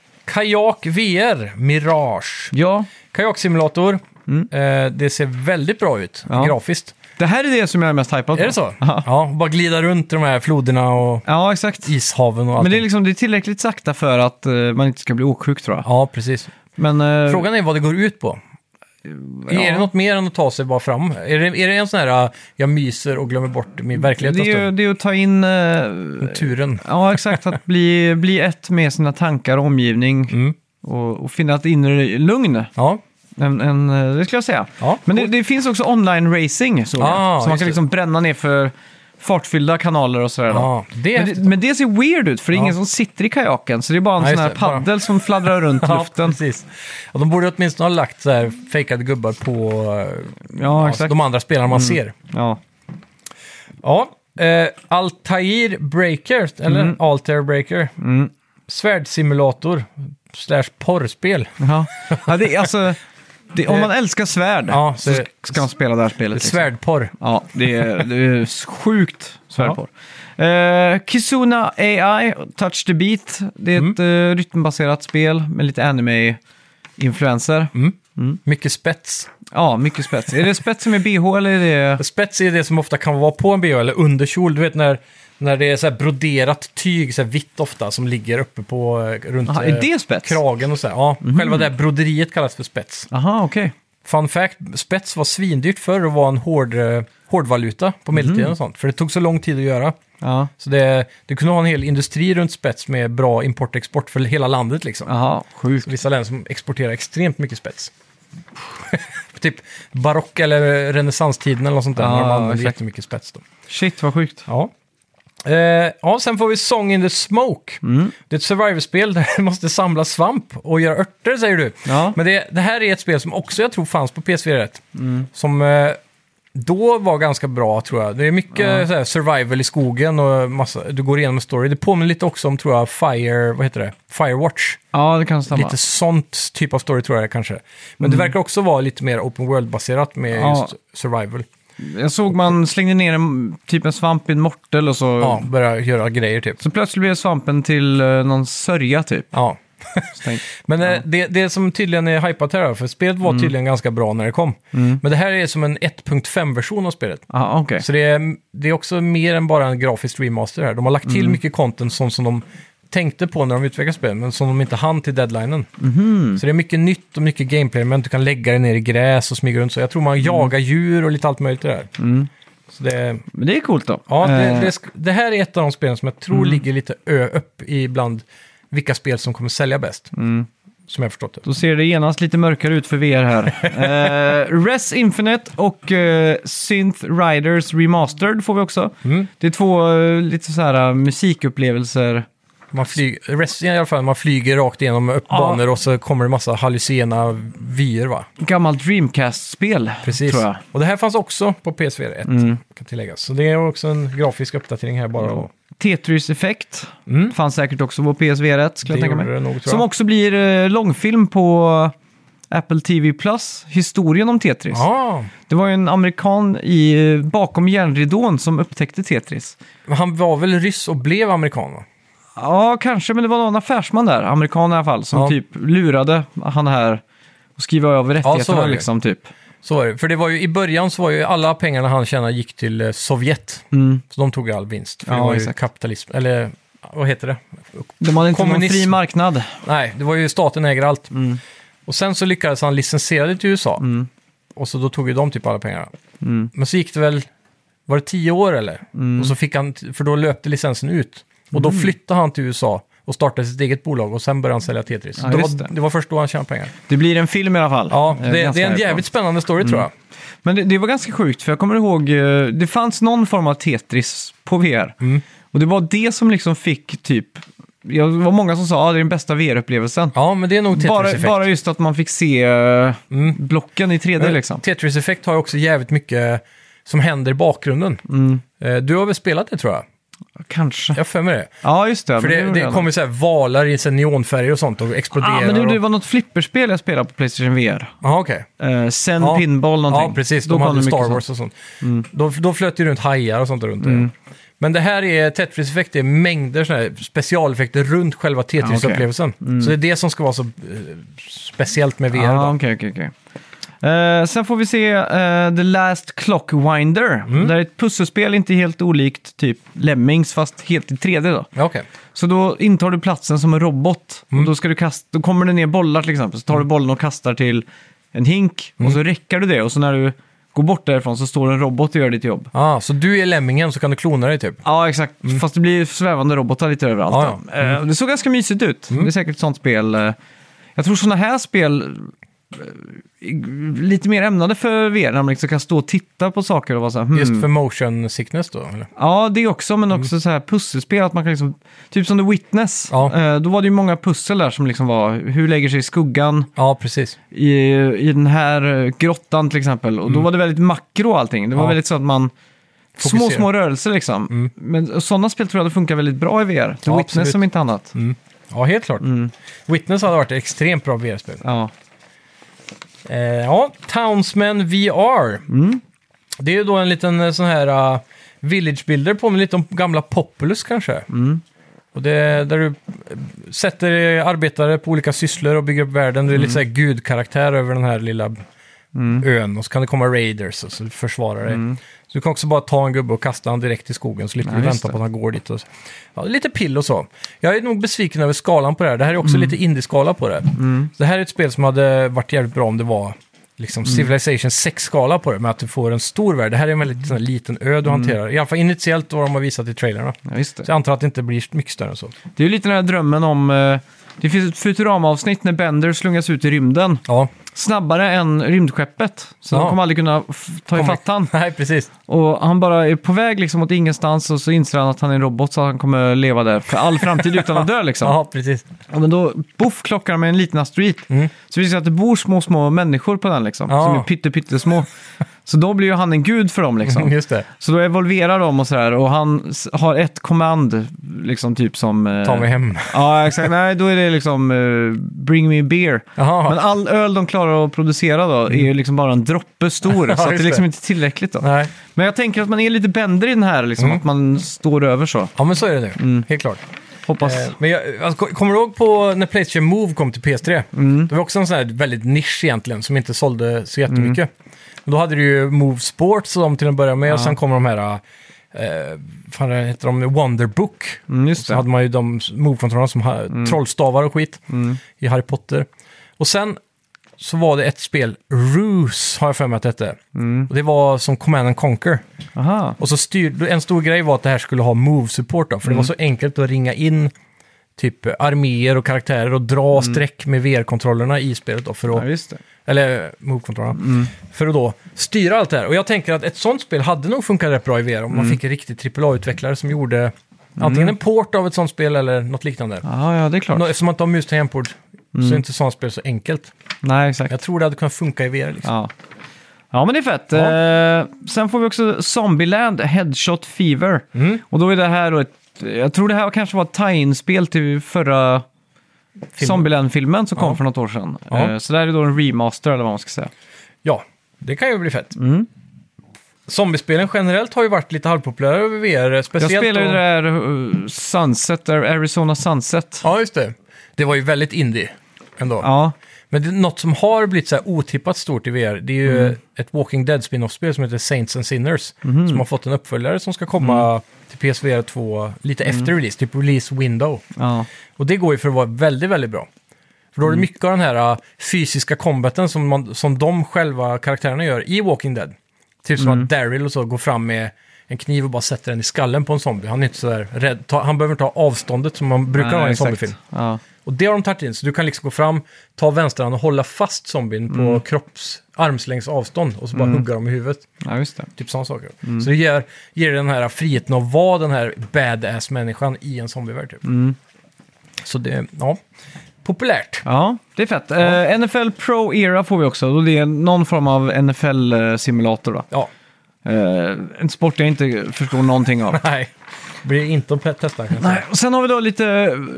Kajak V R, Mirage. Ja, Kajaksimulator. Mm. Eh, det ser väldigt bra ut, Ja. grafiskt. det här är det som jag är mest hypad på. Är det så? Ja, Ja, bara glida runt i de här floderna och ja exakt. ishaven och allt. Men det är, liksom, det är tillräckligt sakta för att eh, man inte ska bli åksjuk tror jag. Ja, precis. Men, eh, Frågan är vad det går ut på. ja. Är det något mer än att ta sig bara fram? Är det, är det en sån här, uh, jag myser och glömmer bort min verklighet det, en är ju, stund? det är att ta in... eh, Turen. Ja, exakt. Att bli, bli ett med sina tankar och omgivning Mm. och, och finna ett inre lugn. Ja, En, en, det skulle jag säga. ja. Men det, det finns också online-racing, så, Ah, så man just kan det. liksom bränna ner för fartfyllda kanaler och sådär. då. ja. Det är Men, det, men det ser weird ut, för det är Ja. ingen som sitter i kajaken. Så det är bara en Nej, sån här just det, bara- paddel som fladdrar runt i Ja, luften. precis. Och de borde åtminstone ha lagt så här fejkade gubbar på uh, Ja, alltså, exakt. de andra spelarna man ser. Ja. Ja, eh, Altair Breaker, eller Mm. Altair Breaker. Mm. Svärdsimulator slash porrspel. Ja. Ja, det, är- alltså, Det, om man älskar svärd Ja, så så- ska man spela det här spelet. Det är liksom. svärdporr. Ja, det är, det är sjukt svärdporr. Uh, Kizuna A I, Touch the Beat. Det är ett Mm. uh, rytmbaserat spel med lite anime-influenser. Mm. Mycket spets. Ja, mycket spets. Är det spets som är B H eller är det... Spets är det som ofta kan vara på en B H eller under kjol. Du vet när, när det är så här broderat tyg, så här vitt ofta, som ligger uppe på eh, runt Aha, är det spets? eh, kragen och så här. Ja, själva det här broderiet kallas för spets. Aha, okej. Fun fact, spets var svindyrt förr och var en hård, eh, hårdvaluta på medeltiden och sånt. För det tog så lång tid att göra. Ja. Så det, du kunde ha en hel industri runt spets med bra import och export för hela landet liksom. Aha, sjukt. Vissa länder som exporterar extremt mycket spets. Typ barock eller renässanstiden eller något sånt där. Ja, när de använder exakt. jättemycket spets då. Shit, vad sjukt. Ja. Eh, ja, sen får vi Song in the Smoke. Det är ett survival-spel där du måste samla svamp och göra örter, säger du. Ja. Men det, det här är ett spel som också jag tror fanns på P S fyra rätt. Som eh, då var ganska bra, tror jag. Det är mycket så här, survival i skogen och massa, du går igenom en story. Det påminner lite också om, tror jag, Fire, vad heter det? Firewatch. Ja, det kan stämma. Lite sånt typ av story tror jag kanske. Men det verkar också vara lite mer open world-baserat med Ja. just survival. Jag såg man slängde ner en, typ en svamp i en mortel och så... Ja, börja göra grejer typ. Så plötsligt blev svampen till uh, någon sörja typ. Ja. Så tänkte, Men eh, det, det som tydligen är hypat här, för spelet var tydligen ganska bra när det kom. Men det här är som en ett punkt fem-version av spelet. aha, okej. Så det är, det är också mer än bara en grafisk remaster här. De har lagt till mycket content som, som de tänkte på när de utvecklade spelet, men som de inte hann till deadlinen. Så det är mycket nytt och mycket gameplay, men du kan lägga dig ner i gräs och smyga runt. Så jag tror man jagar djur och lite allt möjligt där. Så det, Men det är coolt då. ja, det, Eh, det, sk- det här är ett av de spelen som jag tror ligger lite ö upp i bland vilka spel som kommer sälja bäst. Som jag har förstått det. Då ser det genast lite mörkare ut för V R här. uh, Res Infinite och uh, Synth Riders Remastered får vi också. Mm. Det är två uh, lite så här uh, musikupplevelser. Man flyger, resten i alla fall, man flyger rakt igenom upp Ja. banor och så kommer det massa hallucina vyer, va? Gammalt Dreamcast-spel, Precis. tror jag. Och det här fanns också på P S fyra ett, Mm. kan tilläggas. Så det är också en grafisk uppdatering här bara. Ja. Tetris-effekt Mm. fanns säkert också på P S V ett, skulle Det jag tänka gjorde mig. det nog, tror Som jag. också blir uh, långfilm på Apple T V Plus, historien om Tetris. Ja, Det var ju en amerikan i, uh, bakom järnridån som upptäckte Tetris. men han var väl ryss och blev amerikan, va? Ja, kanske, men det var någon affärsman där, amerikan i alla fall, som Ja. typ lurade han här och skriva över så var rättigheterna det. liksom, typ. Så var det. För det var ju, i början så var ju alla pengarna han tjänade gick till eh, Sovjet. Så de tog ju all vinst. För Ja, det var ju exakt. kapitalism, eller vad heter det? De hade inte någon Kommunism. fri marknad. Nej, det var ju staten äger allt. Och sen så lyckades han licensiera det till U S A. Och så då tog ju de typ alla pengarna. Men så gick det väl, var det tio år eller? Och så fick han, för då löpte licensen ut. Och då flyttade han till U S A och startade sitt eget bolag och sen började han sälja Tetris. Ja, det, just var, det. det var först då han tjänade pengar. Det blir en film i alla fall. Ja, Eh, det, ganska det är en härligt. jävligt spännande story tror jag. Men det, det var ganska sjukt, för jag kommer ihåg, eh, det fanns någon form av Tetris på V R. Mm. Och det var det som liksom fick typ, ja, det var många som sa att ah, det är den bästa V R-upplevelsen. Ja, men det är nog Bara, Tetris-effekt. bara just att man fick se eh, blocken i tre D Men liksom. Tetris-effekt har ju också jävligt mycket som händer i bakgrunden. Mm. Eh, Du har väl spelat det tror jag? Kanske. Jag har för mig det. Ja, just det. För men det, gjorde det jag kommer så här valar i så här neonfärger och sånt och exploderar. Ah, men det, det och... var något flipperspel jag spelade på PlayStation V R. Aha, okej. Uh, Sen Ja. Pinball någonting. Ja, precis. Då De kom hade det mycket Star Wars sånt. och sånt. Då, då flöt det runt hajar och sånt där runt det. Men det här är Tetris-effekt, det är mängder såna här specialeffekter runt själva Tetris-upplevelsen. Så det är det som ska vara så eh, speciellt med V R. Ah, då. okej, okej, okej. Eh, sen får vi se eh, The Last Clockwinder. Mm. Det är ett pusselspel, inte helt olikt typ Lemmings, fast helt i tre D då. Ja, okej. Så då intar du platsen som en robot. Mm. Och då, ska du kasta, då kommer det ner bollar till exempel. Så tar du bollen och kastar till en hink. Mm. Och så räcker du det. Och så när du går bort därifrån så står en robot och gör ditt jobb. Ah, så du är lemmingen så kan du klona dig typ? Ja, exakt. Fast det blir svävande robotar lite överallt. Ja, då. Eh, Det såg ganska mysigt ut. Mm. Det är säkert ett sånt spel. eh, Jag tror sådana här spel eh, lite mer ämnade för V R, när man liksom kan stå och titta på saker och vara så här, hmm. Just för motion sickness då? Eller? Ja, det också, men också så här pusselspel, att man kan liksom, typ som The Witness, Ja. eh, då var det ju många pussel där som liksom var, hur lägger sig skuggan Ja, precis. i, i den här eh, grottan till exempel, och då var det väldigt makro och allting, det var Ja. väldigt så att man, små, Fokusera. små rörelser liksom, men sådana spel tror jag det funkar väldigt bra i V R, The Ja, Witness absolut. som inte annat. Ja, helt klart. Witness hade varit ett extremt bra V R-spel. Ja. Eh, ja, Townsman V R. Mm. Det är ju då en liten eh, sån här uh, village-bilder på med lite om gamla Populous kanske. Mm. Och det är där du sätter arbetare på olika sysslor och bygger upp världen. Det är lite så här gudkaraktär över den här lilla Mm. ön. Och så kan det komma raiders och så försvara dig. Mm. Så du kan också bara ta en gubbe och kasta han direkt i skogen så slipper Ja, du just vänta det. på att han går dit. Och så. Ja, lite pill och så. Jag är nog besviken över skalan på det här. Det här är också Mm. lite indie-skala på det. Mm. Så det här är ett spel som hade varit jävligt bra om det var liksom Civilization sex-skala på det. Med att du får en stor värld. Det här är en väldigt sån här liten ö du hanterar. I alla fall initiellt vad de har visat i trailerna. Ja, just Så det. jag antar att det inte blir mycket större än så. Det är ju lite den här drömmen om... eh, Det finns ett Futurama-avsnitt när Bender slungas ut i rymden. Ja, Snabbare än rymdskeppet. Så Ja. de kommer aldrig kunna f- ta ifatt han. nej precis. Och han bara är på väg liksom åt ingenstans och så inser han att han är en robot så han kommer leva där för all framtid utan att dö liksom. Ja, precis. Ja, men då, boff, klockar de med en liten asteroid. Mm. Så visar det att det bor små, små människor på den liksom. Ja. Som är pytte, pyttesmå. Så då blir ju han en gud för dem liksom. Just det. Så då evolverar de och sådär. Och han s- har ett kommand, liksom typ som... eh, Ta mig hem. Ja, exakt. Nej, då är det liksom eh, bring me beer. Jaha. Men all öl de klarar att producera då är ju liksom bara en droppe stor. Ja, så att det just är liksom det. inte tillräckligt då. Nej. Men jag tänker att man är lite Bender i den här, liksom, Mm. att man står över så. Ja, men så är det nu. Mm. Helt klart. Hoppas. Eh, men jag, alltså, kommer du ihåg på när PlayStation Move kom till P S tre? Mm. Det var också en sån här väldigt nisch egentligen som inte sålde så jättemycket. Och då hade du ju Move Sports och de till att börja med Ja. och sen kommer de här, eh, vad heter de, Wonderbook. Mm, just Så det. hade man ju de Move-kontrollerna som ha, trollstavar och skit Mm. i Harry Potter. Och sen så var det ett spel, Ruse har jag för mig att det hette. Mm. Och det var som Command and Conquer. Aha. Och så styrde, en stor grej var att det här skulle ha move-support då, för det var så enkelt att ringa in typ arméer och karaktärer och dra streck med V R-kontrollerna i spelet då, för att, Ja, just det. eller move-kontrollerna, för att då styra allt det här. Och jag tänker att ett sånt spel hade nog funkat rätt bra i V R om man fick en riktig trippel A-utvecklare som gjorde antingen en port av ett sånt spel eller något liknande. Aha, ja, det är klart. Nå- Eftersom man inte har mus och tangentbord så är inte sånt spel så enkelt. Nej, exakt. Jag tror det hade kunnat funka i V R liksom. Ja. Ja, men det är fett. Ja. Eh, sen får vi också Zombieland Headshot Fever. Mm. Och då är det här då ett... Jag tror det här kanske var ett tie-in-spel till förra Zombieland-filmen som kom Ja. för något år sedan. Ja. Eh, så det här är då en remaster eller vad man ska säga. Ja, det kan ju bli fett. Mm. Zombiespelen generellt har ju varit lite halvpopulära över V R, speciellt Jag spelade ju då- det där uh, Sunset, där Arizona Sunset. Ja, just det. Det var ju väldigt indie ändå. Ja. Men det är något som har blivit så här otippat stort i V R. Det är ju Mm. ett Walking Dead spin-off-spel som heter Saints and Sinners. Mhm. Som har fått en uppföljare som ska komma Mm. till P S V R två lite efter release, typ release window. Ja. Och det går ju för att vara väldigt, väldigt bra. För då har du mycket av den här uh, fysiska combaten som, man, som de själva karaktärerna gör i Walking Dead. Typ som att Daryl och så går fram med en kniv och bara sätter den i skallen på en zombie. Han är inte så där rädd. Ta, han behöver inte ha avståndet som man brukar Nej, ha i en exakt. zombiefilm. Ja. Och det har de tagit in, så du kan liksom gå fram, ta vänsterhand och hålla fast zombien på kropps armslängds avstånd och så bara hugga dem i huvudet. ja, just det. Typ sådana saker. Så det ger, ger den här friheten att vara den här badass-människan i en zombievärld typ. Så det, ja, populärt. Ja, det är fett. Eh, N F L Pro Era får vi också. Och det är någon form av N F L-simulator då. Ja, Eh, en sport jag inte förstår någonting av. nej. Blir inte att testa kan jag säga. Nej, och sen har vi då lite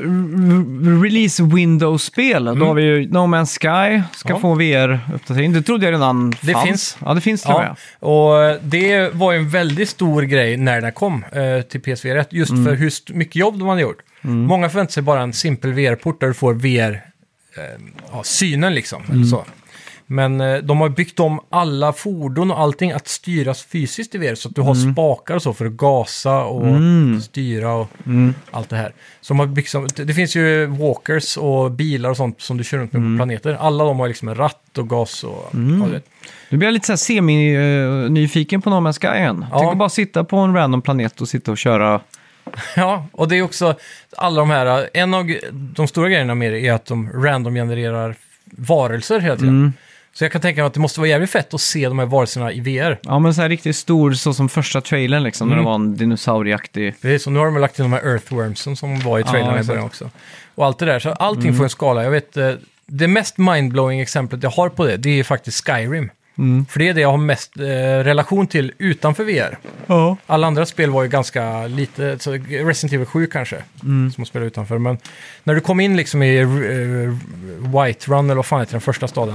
r- release window-spel. Då har vi ju No Man's Sky, ska Ja. få V R-uppdatering. Det trodde jag redan Det fanns. finns. Ja, det finns tror Ja, jag. och det var ju en väldigt stor grej när den kom eh, till P S V R ett, just för hur st- mycket jobb de hade gjort. Många förväntar sig bara en simpel V R-port där du får V R, eh, ja, synen liksom, eller så. Men eh, de har byggt om alla fordon och allting att styras fysiskt i V R så att du har spakar och så för att gasa och styra och allt det här. Så de har byggt som, det finns ju walkers och bilar och sånt som du kör runt med på planeter. Alla de har liksom en ratt och gas och ja, du vet. Nu blir jag lite så här semi-nyfiken på No Man's Sky igen. Ja. Tänk att bara sitta på en random planet och sitta och köra. Ja, och det är också alla de här, en av g- de stora grejerna med det är att de random genererar varelser hela tiden. Så jag kan tänka mig att det måste vara jävligt fett att se de här varelserna i V R. Ja, men så här riktigt stor, så som första trailern liksom, när det var en dinosaurieaktig... Precis, och nu har de lagt in de här earthwormsen som var i trailern Ja, i början exakt. också. Och allt det där, så allting får en skala. Jag vet, eh, det mest mindblowing exemplet jag har på det, det är faktiskt Skyrim. För det är det jag har mest eh, relation till utanför V R. Ja. Alla andra spel var ju ganska lite, så Resident Evil sju kanske, som man spelar utanför. Men när du kom in liksom i uh, Whiterun, eller vad fan heter den första staden,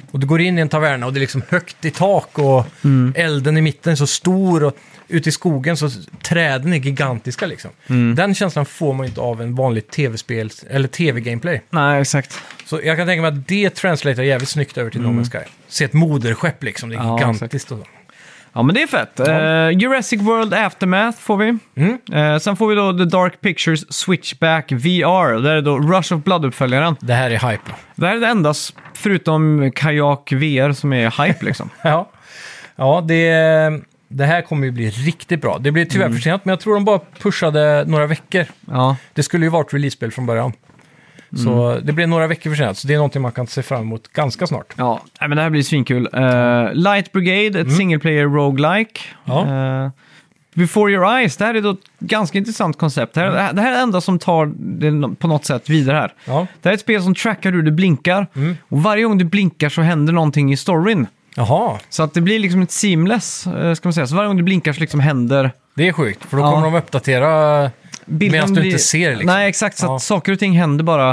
Och du går in i en taverna och det är liksom högt i tak och Mm. elden i mitten är så stor och ute i skogen så träden är gigantiska liksom. Mm. Den känslan får man ju inte av en vanlig tv-spel eller tv-gameplay. Nej, exakt. Så jag kan tänka mig att det translaterar jävligt snyggt över till No Man's Sky. Se ett moderskepp liksom, det är Ja, gigantiskt och så. Ja, men det är fett. Eh, Jurassic World Aftermath får vi. Mm. Eh, sen får vi då The Dark Pictures Switchback V R. Där är då Rush of Blood-uppföljaren. Det här är hype. Det här är det enda, s- förutom Kajak V R, som är hype liksom. Ja, ja det, det här kommer ju bli riktigt bra. Det blir tyvärr Mm. försenat, men jag tror de bara pushade några veckor. Ja, Det Det skulle ju varit release-spel från början. Så det blir några veckor försenat, så det är någonting man kan se fram emot ganska snart. ja. Nej, men det här blir svinkul. Eh, Light Brigade, ett single player roguelike. Ja. Eh, Before Your Eyes, det här är då ett ganska intressant koncept. Det här, det här är det enda som tar det på något sätt vidare här. Ja. Det här är ett spel som trackar hur du blinkar. Och varje gång du blinkar så händer någonting i storyn. Jaha, Så att det blir liksom ett seamless, eh, ska man säga. Så varje gång du blinkar så liksom händer... det är sjukt, för då Ja. kommer de uppdatera bilden medan du blir- inte ser liksom. Nej, exakt. Så Ja. att saker och ting händer bara...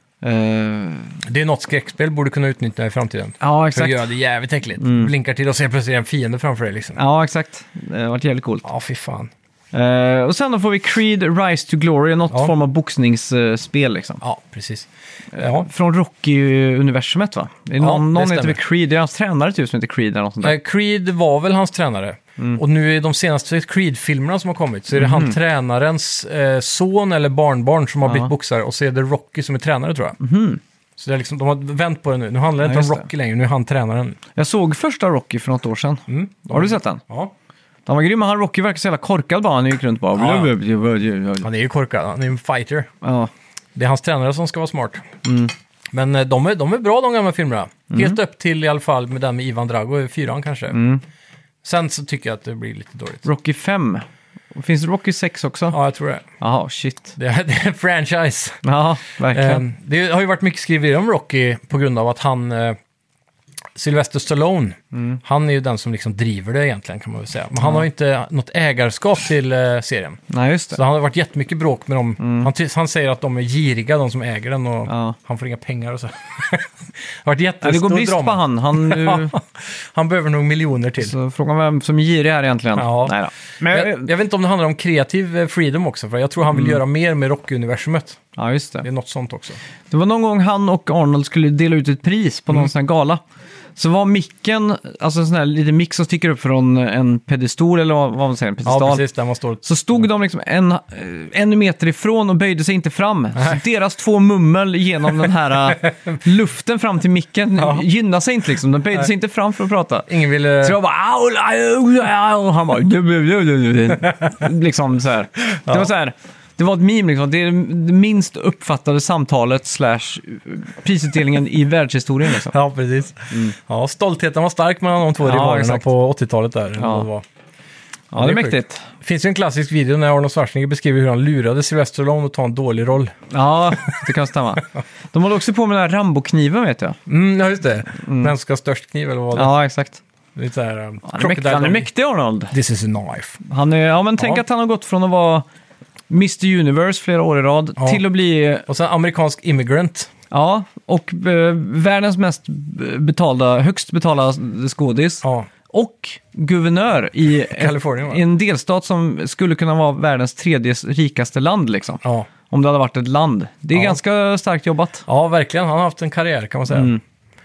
eh, Det är något skräckspel borde kunna utnyttja i framtiden. ja, För att exakt. göra det jävligt äckligt. Blinkar till och ser plötsligt en fiende framför dig liksom. Ja, exakt. Det har varit jävligt coolt. Ja, fy fan. Eh, och sen då får vi Creed Rise to Glory, något Ja. form av boxningsspel liksom. Ja, precis. Ja. Från Rocky-universumet va? Det är Ja, någon det någon heter stämmer. väl Creed, det är hans tränare typ som heter Creed eller något sånt där. Eh, Creed var väl hans tränare. Mm. Och nu i de senaste Creed-filmerna som har kommit så är det Mhm. han tränarens eh, son eller barnbarn som har Ja. blivit boxare och så är det Rocky som är tränare tror jag. Så det är liksom, de har vänt på det nu. Nu handlar det Mhm. Ja, inte om just Rocky längre, nu är han tränaren. Jag såg första Rocky för något år sedan. Mm. Har du sett den? Ja, Den var grym, men han Rocky verkar så jävla korkad bara. Han gick runt bara... Ja. Ja. han är ju korkad, han är ju en fighter. Ja. Det är hans tränare som ska vara smart. Mm. Men eh, de är, de är bra de gamla filmerna. Helt upp till i alla fall med den med Ivan Drago, fyran kanske. Mm. Sen så tycker jag att det blir lite dåligt. Rocky fem. Finns det Rocky sex också? Ja, jag tror det. Jaha, shit. Det är, det är en franchise. Ja, verkligen. Eh, det har ju varit mycket skriverier om Rocky på grund av att han, eh, Sylvester Stallone, Mm. han är ju den som liksom driver det egentligen kan man väl säga. Men han har ju inte något ägarskap till eh, serien. Nej, just Så det. det har varit jättemycket bråk med dem. Han, ty- han säger att de är giriga, de som äger den, och Ja. han får inga pengar och så. det har varit Ja, jättestor det går brist drama. på han. Han nu... Han behöver nog miljoner till. Så frågan vem som är girig här egentligen. Ja. Nej då. Men, Jag, jag vet inte om det handlar om kreativ eh, freedom också, för jag tror han vill göra mer med Rocky-universumet. ja, just Det det. är något sånt också. Det var någon gång han och Arnold skulle dela ut ett pris på någon sån här gala. Så var micken, alltså en sån här liten mick som sticker upp från en pedestal, eller vad vad man säger, en pedestal. Ja, precis, där man står... Så stod de liksom en, eh, en meter ifrån och böjde sig inte fram. Så deras två mummel genom den här eh, luften fram till micken Ja. gynnade sig inte liksom. De böjde sig inte fram för att prata. Ingen ville... Så jag bara... "Au, au, au", och han bara... "Du, du, du, du, du." liksom så här. Det var så här... Det var ett meme liksom. Det är det minst uppfattade samtalet slash prisutdelningen i världshistorien liksom. Ja, precis. Ja, stoltheten var stark mellan de två Ja, rivalerna exakt. på åttiotalet där. eller Ja. vad det var. Ja, det är det är mäktigt. Det finns ju en klassisk video när Arnold Schwarzenegger beskriver hur han lurade Sylvester Stallone att ta en dålig roll. Ja, det kan stämma. De håller också på med den här Rambo-kniven vet jag. Mm, ja, just det. Vem ska ha störst kniv eller vad det Ja, exakt. Lite så här... Um, Han är mäktig, han är mäktig Arnold. This is a knife. Han är, ja, men tänk Ja. att han har gått från att vara mister Universe flera år i rad Ja. till att bli, Och sen amerikansk immigrant. ja, och eh, världens mest betalda, högst betalda skådis. Ja, Och guvernör i ett, Kalifornien, va? i en delstat som skulle kunna vara världens tredje rikaste land liksom. ja. Om det hade varit ett land. Det är Ja. ganska starkt jobbat. Ja, verkligen. Han har haft en karriär kan man säga. Mm.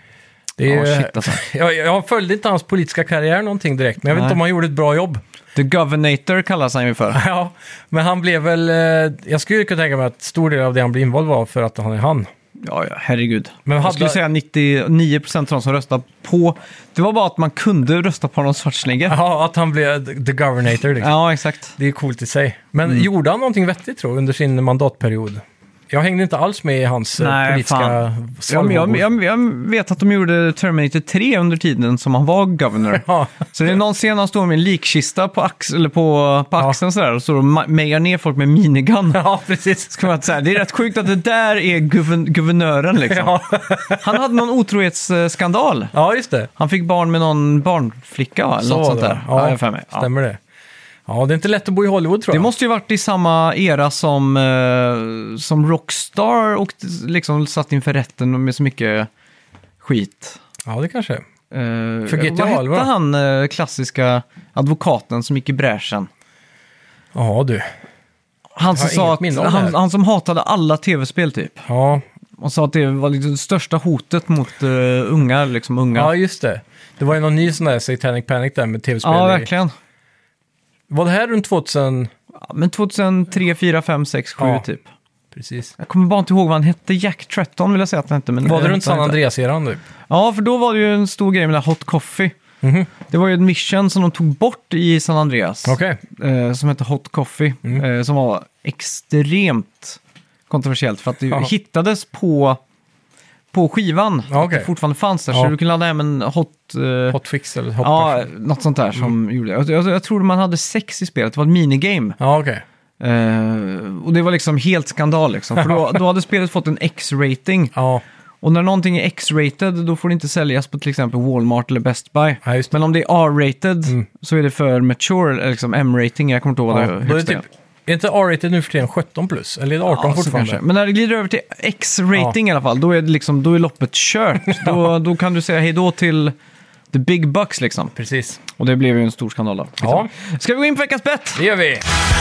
Det är, Ja, shit, alltså. jag, jag följde inte hans politiska karriär någonting direkt, men jag vet Nej. inte om han gjorde ett bra jobb. The Governator kallas han ju för. Ja, men han blev väl... eh, Jag skulle kunna tänka mig att stor del av det han blev invald var för att han är han. Ja, ja, herregud. Men Jag hade- skulle säga nittionio procent av de som röstade på... Det var bara att man kunde rösta på någon Schwarzenegger. Ja, Ja, att han blev the governator liksom. exakt. Det är coolt i sig. Men Mm. gjorde han någonting vettigt tror jag under sin mandatperiod? Jag hängde inte alls med i hans eh, Nej, politiska fan. Ja, men svallvågor. jag, jag, jag vet att de gjorde Terminator tre under tiden som han var governor. Ja, Så det är någon scen han står med en likkista på, ax, eller på, på Ja. axeln sådär, och står och ma- mejar ner folk med minigun. ja precis. Ska man säga. Det är rätt sjukt att det där är guver- guvernören liksom. Ja. Han hade någon otrohetsskandal. ja, just det. Han fick barn med någon barnflicka va? Eller Så något var sånt det. där. Ja, jag har för mig. Ja. Stämmer det? Ja, det är inte lätt att bo i Hollywood tror Det jag. måste ju varit i samma era som, eh, som Rockstar och liksom satt inför rätten med så mycket skit. Ja, det kanske är. Uh, För G T A, vad hette eller vad? han uh, klassiska advokaten som gick i bräschen? Ja, du. Han som, Jag har sa inget att, minne av det han, här. han som hatade alla tv-spel typ. Ja, Och sa att det var liksom det största hotet mot uh, unga, liksom unga. ja, just det. Det var ju någon ny sån där Satanic Panic där med tv-spel. Ja, i- verkligen. Var det här runt tvåtusen? Ja, men tjugohundratre, fyra, fem, sex, sju Ja. typ. Precis. Jag kommer bara inte ihåg vad han hette. Jack Tretton vill jag säga att han hette. Men Var det jag runt vet San inte. Andreas-eran nu? Ja, för då var det ju en stor grej med det här Hot Coffee. Mhm. Det var ju en mission som de tog bort i San Andreas. Okej. Eh, som hette Hot Coffee. Mm. Eh, som var extremt kontroversiellt. För att det Ja. hittades på, på skivan. Ja, Att okej. det fortfarande fanns där. Ja. Så du kunde ladda hem en hot... eh, Hotfix eller hot ja, version. något sånt där som Mm. gjorde det. Jag, jag, jag tror man hade sex i spelet. Det var ett minigame. Ja, okej. Eh, och det var liksom helt skandal liksom. För då, då hade spelet fått en X-rating. Ja, Och när någonting är X-rated då får det inte säljas på till exempel Walmart eller Best Buy. ja, just det. Men om det är R-rated Mm. så är det för mature, eller liksom M-rating. Jag kommer inte ihåg vad Ja, det då är det högsta typ, är inte R-rated nu för tiden sjutton plus? Eller är det arton Ja, så fortfarande? kanske. Men när det glider över till X-rating i alla fall, då är, det liksom, då är loppet kört. då, då kan du säga hej då till the big bucks liksom. Precis. Och det blev ju en stor skandal då. Ja, Ska vi gå in på veckans bett? det gör vi.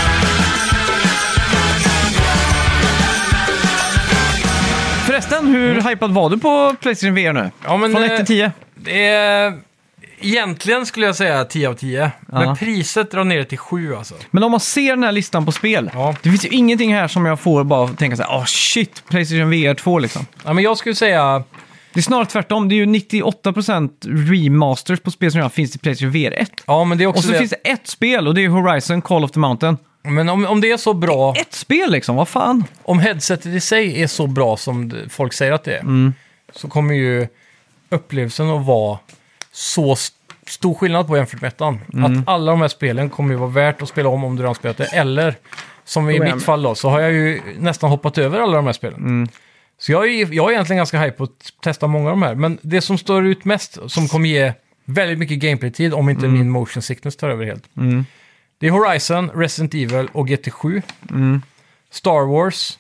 Förresten, hur hypad var du på PlayStation V R nu? Ja, men, Från eh, ett till tio? Det är... Egentligen skulle jag säga tio av tio. Men Ja. priset drar ner till sju alltså. Men om man ser den här listan på spel, Ja. det finns ju ingenting här som jag får bara tänka så här, åh shit, PlayStation V R två liksom. Ja, men jag skulle säga... Det är snarare tvärtom, det är ju nittioåtta procent remasters på spel som redan finns i PlayStation V R ett. Ja, men det är också Och så det. finns det ett spel och det är Horizon Call of the Mountain. Men om, om det är så bra... Ett spel liksom, vad fan? Om headsetet i sig är så bra som det- folk säger att det är, Mm. så kommer ju upplevelsen att vara så st- stor skillnad på jämfört med ettan. Mm. Att alla de här spelen kommer ju vara värt att spela om om du redan spelat det. Eller, som i Oh, ja, mitt fall då, så har jag ju nästan hoppat över alla de här spelen. Mm. Så jag är, jag är egentligen ganska hype på att testa många av de här. Men det som står ut mest, som kommer ge väldigt mycket gameplay-tid, om inte min motion sickness tar över helt. Mm. Det är Horizon, Resident Evil och G T sju. Mm. Star Wars.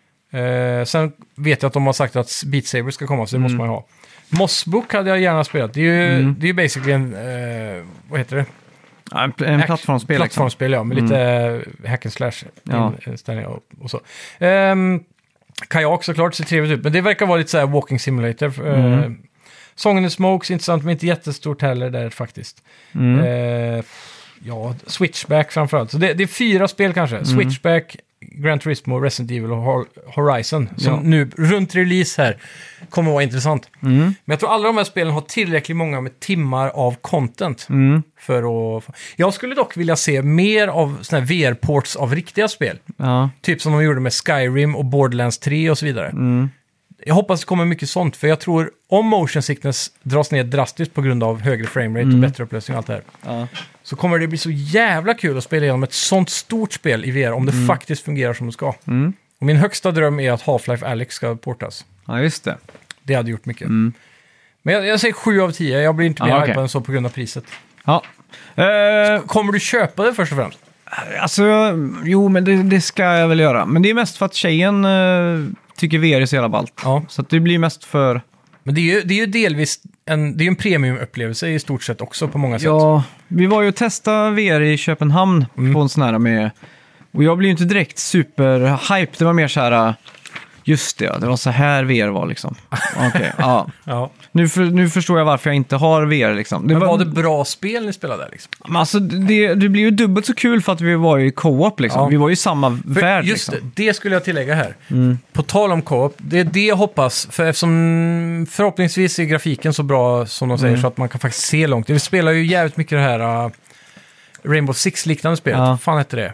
Eh, sen vet jag att de har sagt att Beat Saber ska komma, så det måste man ju ha. Mossbook hade jag gärna spelat. Det är ju, Mm. det är ju basically en, eh, vad heter det? Ja, en en Hack- plattformsspel liksom. Plattformsspel, ja, med lite eh, hack and slash Ja. inställningar och, och så. Ehm, Kajak såklart, ser trevligt ut, men det verkar vara lite så här walking simulator. Mm. Eh, Song in the Smokes, intressant, men inte jättestort heller där faktiskt. Mm. Eh, ja, Switchback framförallt. Så det, det är fyra spel kanske. Mm. Switchback, Gran Turismo, Resident Evil och Hor- Horizon. Som Ja. nu, runt release här, kommer vara intressant. Mm. Men jag tror alla de här spelen har tillräckligt många med timmar av content. Mm. För att... Jag skulle dock vilja se mer av såna här V R-ports av riktiga spel. Ja. Typ som de gjorde med Skyrim och Borderlands tre och så vidare. Mm. Jag hoppas det kommer mycket sånt, för jag tror om motion sickness dras ner drastiskt på grund av högre framerate Mm. och bättre upplösning och allt det här, Ja. så kommer det bli så jävla kul att spela igenom ett sånt stort spel i V R om det faktiskt fungerar som det ska. Mm. Och min högsta dröm är att Half-Life Alyx ska portas. Ja, just det. Det hade gjort mycket. Mm. Men jag, jag säger sju av tio, jag blir inte mer Ja, hypad okej. än så på grund av priset. Ja. Eh, Kommer du köpa det först och främst? alltså, jo, men det, det ska jag väl göra. Men det är mest för att tjejen eh, tycker V R är så jävla ballt. Ja. Så att det blir mest för... Men det är ju, det är ju delvis en, det är ju en premiumupplevelse i stort sett också på många sätt. Ja, vi var ju och testade V R i Köpenhamn Mm. på en sån här med... Och jag blev ju inte direkt super-hype. Det var mer så här... Just det, ja, det var så här V R var liksom. Okej, ja. Ja. Nu, för, nu förstår jag varför jag inte har V R liksom. Det Men var det bra spel ni spelade där liksom? Men alltså, det, det blir ju dubbelt så kul för att vi var i co-op liksom. Ja. Vi var ju i samma För värld just liksom. det, det skulle jag tillägga här. Mm. På tal om co-op, det är det jag hoppas. För eftersom förhoppningsvis är grafiken så bra som de säger Mm. så att man kan faktiskt se långt. Vi spelar ju jävligt mycket det här uh, Rainbow Six-liknande spelet. Ja. Vad fan heter det?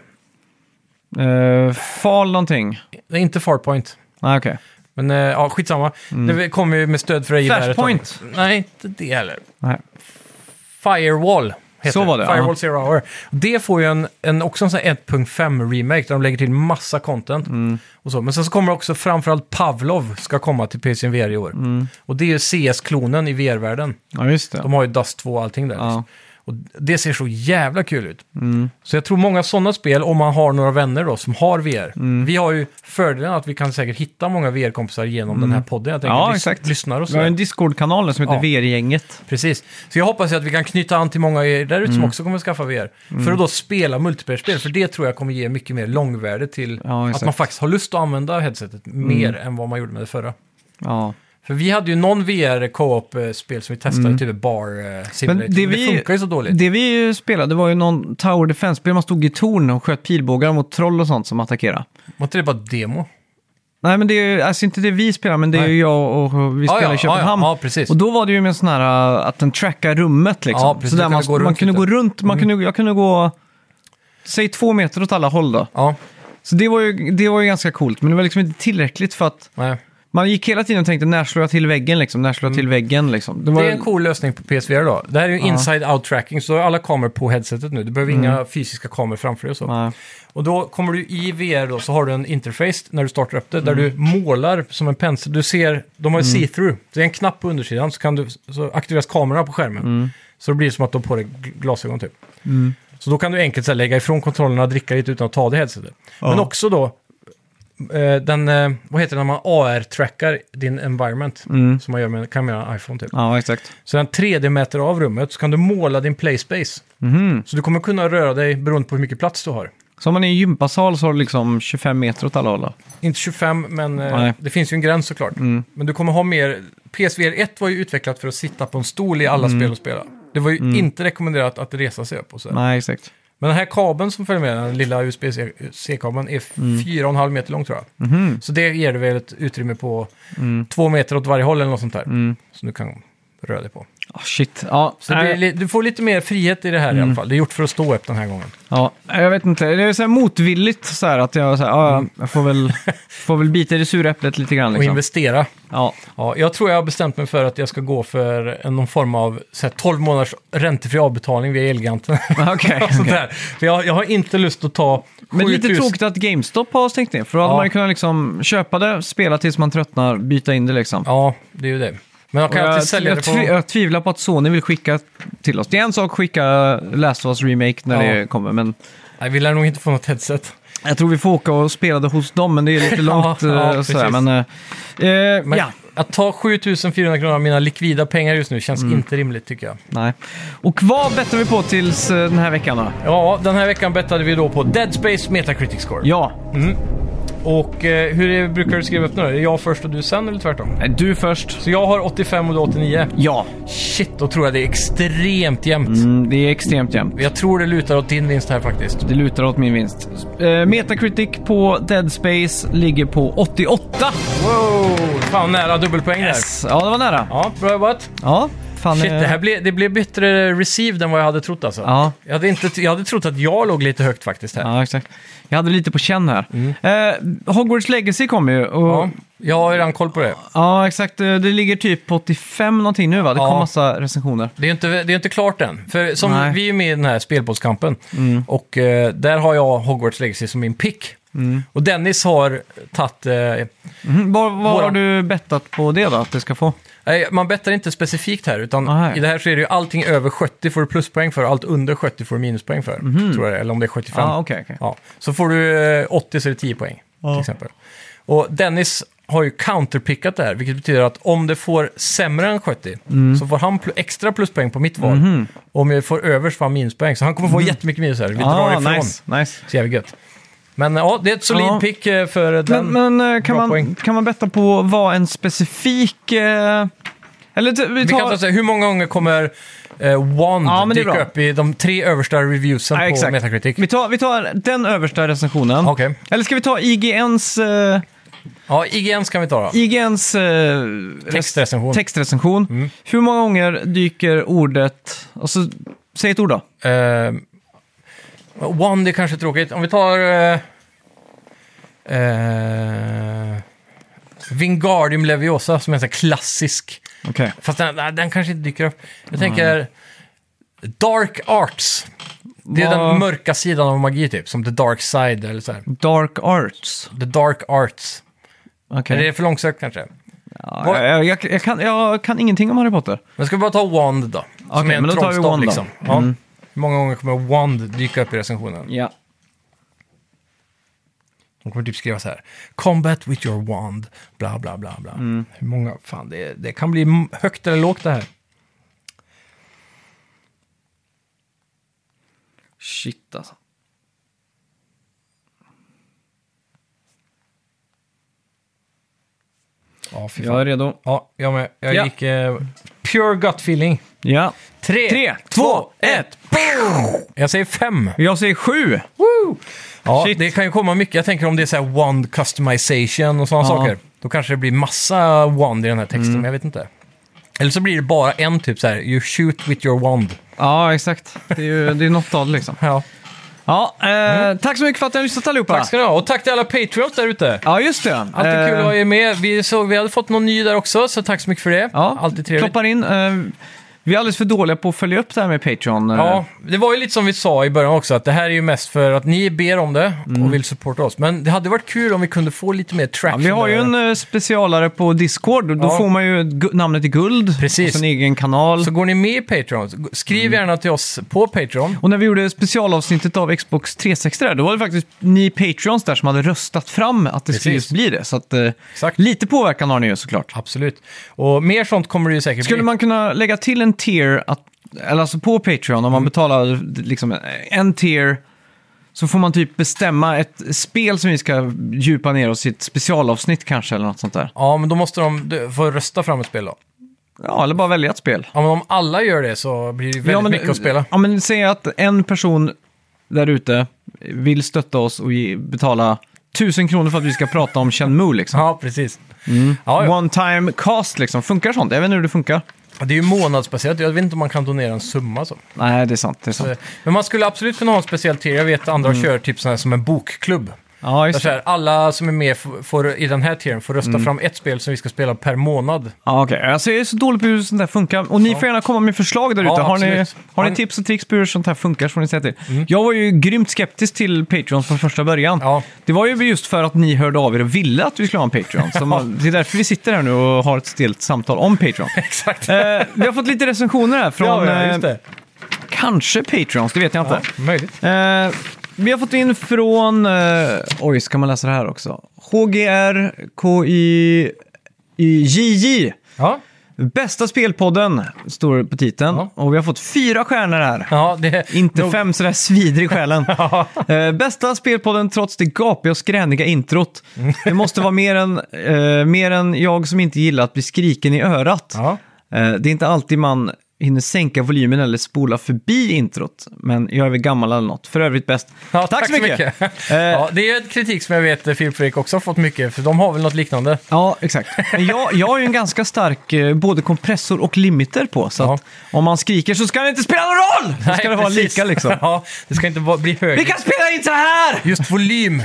Uh, Fall någonting. Det är inte Farpoint. Nej, okej. Men uh, ja, skitsamma. Det kommer ju med stöd för det geväret. Flashpoint? Nej, inte det heller. Nej. Firewall heter Så var det, Firewall ja. Zero Hour. Det får ju en, en, också en sån här ett punkt fem-remake där de lägger till massa content. Mm. Och så. Men sen så kommer också framförallt Pavlov ska komma till P C V R i år. Mm. Och det är ju C S-klonen i V R-världen. Ja, just det. De har ju Dust två och allting där. Ja. Och det ser så jävla kul ut. Mm. Så jag tror många sådana spel, om man har några vänner då som har V R. Mm. Vi har ju fördelen att vi kan säkert hitta många V R-kompisar genom den här podden. Jag tänker Ja, lys- exakt. lyssnar och Vi har så. en Discord-kanal som heter Ja. V R-gänget. Precis. Så jag hoppas ju att vi kan knyta an till många av er där ute Mm. som också kommer att skaffa V R. För att då spela multiplayer-spel. För det tror jag kommer ge mycket mer långvärde till Ja, att exakt. man faktiskt har lust att använda headsetet mer än vad man gjorde med det förra. Ja. För vi hade ju någon V R-co-op-spel som vi testade, typ Bar eh, Simulator. Mm. Men det det, vi- funkar ju så dåligt. Det vi spelade var ju någon Tower Defense-spel. Man stod i torn och sköt pilbågar mot troll och sånt som attackerade. Var inte det bara demo? Nej, men det är ju alltså inte det vi spelar, men det är Nej. ju jag och vi Ja, spelar ja, i Köpenhamn. ja, ja, precis. Och då var det ju med en sån här uh, att den trackar rummet liksom. Ja, precis. Så Du där man, kunde gå man runt kunde lite. gå runt, man kunde, jag kunde gå, säg två meter åt alla håll då. Ja, Så det var, ju, det var ju ganska coolt, men det var liksom inte tillräckligt för att nej. man gick hela tiden och tänkte när slår jag till väggen liksom, när slår jag till väggen liksom. Det var, Det är en cool lösning på P S V R då. Det här är ju inside-out tracking, så alla kameror på headsetet nu. Du behöver inga fysiska kameror framför dig och så. Nej. Och då kommer du i V R då, så har du en interface när du startar upp det, där du målar som en pensel. Du ser, de har ju see-through. Det är en knapp på undersidan, så, kan du, så aktiveras kamerorna på skärmen. Så det blir som att du har på dig gl- glasögon typ. Så då kan du enkelt så här, lägga ifrån kontrollerna och dricka lite utan att ta det headsetet. Men också då, eh, den, eh, vad heter det när man A R-trackar din environment? Som man gör med, kan man göra en iPhone typ. Ja, exakt. Så den tre D-mäter av rummet, så kan du måla din playspace. Så du kommer kunna röra dig beroende på hur mycket plats du har. Så om man är i en gympasal så har du liksom tjugofem meter åt alla håll då. Inte tjugofem, men eh, Nej. det finns ju en gräns såklart. Men du kommer ha mer... P S V R ett var ju utvecklat för att sitta på en stol i alla spel och spela. Det var ju inte rekommenderat att resa sig upp och så. Nej, exakt. Men den här kabeln som följer med, den lilla U S B-C-kabeln, är fyra och en halv meter lång tror jag. Så det ger dig väl ett utrymme på två meter åt varje håll eller något sånt där. Som du kan röra dig på. Oh, shit. Ja, Så det blir, li- du får lite mer frihet i det här i alla fall. Det är gjort för att stå upp den här gången. ja, jag vet inte. Det är så här motvilligt så här att jag, så här, ja, jag får väl, får väl bita i det sura äpplet lite grann. Och Liksom. investera. Ja. Ja, jag tror jag har bestämt mig för att jag ska gå för en, någon form av så här, tolv månaders räntefri avbetalning via Elgiganten. Okej. Och sånt där. För jag, jag har inte lust att ta Men lite sjutusen tråkigt att GameStop har stängt ner. För då hade Ja. man ju kunnat liksom köpa det, spela tills man tröttnar, byta in det liksom. Ja, det är ju det. Men jag Och kan jag, alltid sälja jag, det på... tvi- jag tvivlar på att Sony vill skicka till oss. Det är en sak att skicka Last of Us Remake när Ja. det kommer, men Nej, vi lär nog inte få något headset. jag tror vi får åka och spela det hos dem, men det är lite långt. Ja, ja, eh, sådär. precis. Men, eh, eh, Men ja, att ta sjutusen fyrahundra kronor av mina likvida pengar just nu känns Mm. inte rimligt tycker jag. nej. Och vad bettar vi på tills eh, den här veckan då? Ja, den här veckan bettade vi då på Dead Space Metacritic Score. Ja, Och eh, hur är, brukar du skriva upp nu då? Är det jag först och du sen eller tvärtom? nej, du först. Så jag har åttiofem och du åttionio. Ja, Shit, då tror jag det är extremt jämnt. mm, det är extremt jämnt. Jag tror det lutar åt din vinst här faktiskt. Det lutar åt min vinst. Eh, Metacritic på Dead Space ligger på åttioåtta. Wow, fan nära dubbelpoäng där. Yes. Ja, det var nära. Ja, bra jobbat. Ja, fan. Shit, eh, det här blev, det blev bättre received än vad jag hade trott alltså. Ja. Jag, hade inte, jag hade trott att jag låg lite högt faktiskt här. Ja, exakt. Jag hade lite på känn här. Eh, Hogwarts Legacy kommer ju. Och, Ja, ja. jag har ju redan koll på det. exakt. Eh, Det ligger typ på åttiofem någonting nu va? Det Ja. kom massa recensioner. Det är inte, det är inte klart än. För som Nej. vi är med i den här spelbåtskampen. Och eh, där har jag Hogwarts Legacy som min pick. Och Dennis har tagit... Eh, Mm, vad vad Våra- har du bettat på det då, att det ska få? nej, man bettar inte specifikt här, utan Aha. i det här så är det ju allting över sjuttio får du pluspoäng för, och allt under sjuttio får du minuspoäng för. Tror jag det är, eller om det är sjuttiofem. Ja, okej, okej. Ja, så får du eh, åttio så är det tio poäng, till exempel. Och Dennis har ju counterpickat det här, vilket betyder att om det får sämre än sjuttio så får han pl- extra pluspoäng på mitt val. Och om jag får över så får han minuspoäng. Så han kommer få jättemycket minus här. Vi drar Ah, ifrån. nice, nice. Så jävligt gött. Men ja, det är ett solid Ja. pick eh, för den. Men, men eh, kan, Bra man, poäng. kan man betta på vad en specifik... Eh, eller t- vi Vi tar... kan ta så här, hur många gånger kommer eh, Wand Ja, men det är dyka bra. upp i de tre översta reviewsen Ja, på exakt. Metacritic? Vi tar, vi tar den översta recensionen. Okej. Eller ska vi ta I G N:s... Eh, Ja, I G N ska vi ta då. I G N:s eh, Textrecension. textrecension. Mm. Hur många gånger dyker ordet... Alltså, säg ett ord då. Eh, Wand är kanske tråkigt. Om vi tar... Eh, eh, Wingardium Leviosa som är en sån här klassisk. Okej. Fast den, nej, den kanske inte dyker upp. Jag tänker Dark Arts. Det är Vad- den mörka sidan av magi typ. Som The Dark Side eller så här. Dark Arts. The Dark Arts. Okej. Är det för långsökt kanske? Ja, vad- jag, jag, jag, kan, jag kan ingenting om Harry Potter. Men ska vi bara ta Wand då? Som Okej, är en men då tar vi trollstav, Wand då. liksom. Ja. Mm. Hur många gånger kommer Wand dyka upp i recensionen? Ja. De kommer typ skriva så här. Combat with your wand. Bla, bla, bla, bla. Mm. Hur många? Fan, det, det kan bli m- högt eller lågt det här. Shit alltså. Ja, fy Jag fan. är redo. Ja, jag med. Jag Ja. gick eh, pure gut feeling. Ja. Tre, Tre, två, ett. Jag säger fem. Jag säger sju. Woo! Ja, Shit. det kan ju komma mycket. Jag tänker om det är så här wand customization och sådana Ja. saker. Då kanske det blir massa wand i den här texten, Mm. men jag vet inte. Eller så blir det bara en typ så här, you shoot with your wand. Ja, exakt. Det är ju det är något av det liksom. Ja. Ja, eh, tack så mycket för att ni har lyssnat allihopa. Tack ska ni ha. Och tack till alla Patreons där ute. Ja, just det. Alltid Eh, kul att ha er med. Vi, såg, vi hade fått någon ny där också, så tack så mycket för det. Ja, Alltid trevligt. ploppar in. Eh, vi är alldeles för dåliga på att följa upp det här med Patreon. eh. Ja, det var ju lite som vi sa i början också, att det här är ju mest för att ni ber om det Mm. och vill supporta oss. Men det hade varit kul om vi kunde få lite mer Ja, traction. vi har ju där. en eh, specialare på Discord och då Ja. får man ju gu- namnet i guld. Precis. Och sin egen kanal. Så går ni med i Patreon, skriv Mm. gärna till oss på Patreon. Och när vi gjorde specialavsnittet av Xbox tre sextio där, då var det faktiskt ni Patreons där som hade röstat fram att det skulle Precis. just bli det. Så att, eh, Exakt. lite påverkan har ni ju såklart. Absolut. Och mer sånt kommer det ju säkert Skulle bli. man kunna lägga till en tier, att, eller alltså på Patreon, om man betalar liksom en tier, så får man typ bestämma ett spel som vi ska djupa ner oss i ett specialavsnitt kanske, eller något sånt där. Ja, men då måste de d- få rösta fram ett spel då. Ja, eller bara välja ett spel. Ja, men om alla gör det så blir det väldigt ja, men, mycket att spela. Ja, men säg att en person där ute vill stötta oss och ge, betala tusen kronor för att vi ska prata om Shenmue liksom. Ja, precis. Ja, ja. One time cast liksom. Funkar sånt? Jag vet inte hur det funkar. Det är ju månadsbaserat. Jag vet inte om man kan donera en summa så. Nej, det är sant. Det är sant. Men man skulle absolut kunna ha en speciell tier. Jag vet andra kör typ sån här som en bokklubb. Ja, Där just så det. här, alla som är med f- får, i den här tieren får rösta fram ett spel som vi ska spela per månad. Ja, okej. Alltså, jag är så dålig på hur sånt där funkar. Och ni får gärna komma med förslag där ute. Ja, har ni, absolut. har ni Ja. tips och tricks på hur sånt här funkar så får ni säga till. Jag var ju grymt skeptisk till Patreon från första början. Ja. Det var ju just för att ni hörde av er och ville att vi skulle ha en Patreon. Så man, det är därför vi sitter här nu och har ett stelt samtal om Patreon. Exakt. eh, vi har fått lite recensioner här från ja, eh, just det. kanske Patreons, det vet jag inte. Ja, möjligt. Eh, vi har fått in från... Eh, oj, ska man läsa det här också? H G R K I J J. Ja, Bästa spelpodden, står det på titeln. Ja. Och vi har fått fyra stjärnor här. ja det Inte nog- fem sådär svider i själen. eh, bästa spelpodden trots det gapiga och skräniga introt. Det måste vara mer än, eh, mer än jag som inte gillar att bli skriken i örat. Ja. Eh, det är inte alltid man hinner sänka volymen eller spola förbi introt. Men jag är väl gammal eller något. För övrigt bäst. Ja, tack, så mycket! Eh, Ja, det är ett kritik som jag vet att Filip Fredrik också har fått mycket, för de har väl något liknande. Ja, exakt. Men jag, jag har ju en ganska stark eh, både kompressor och limiter på. Så Ja. att om man skriker så ska det inte spela någon roll! Då ska Nej, det vara precis. lika liksom. Ja, det ska inte vara- bli högre. Vi kan spela in så här! Just volym,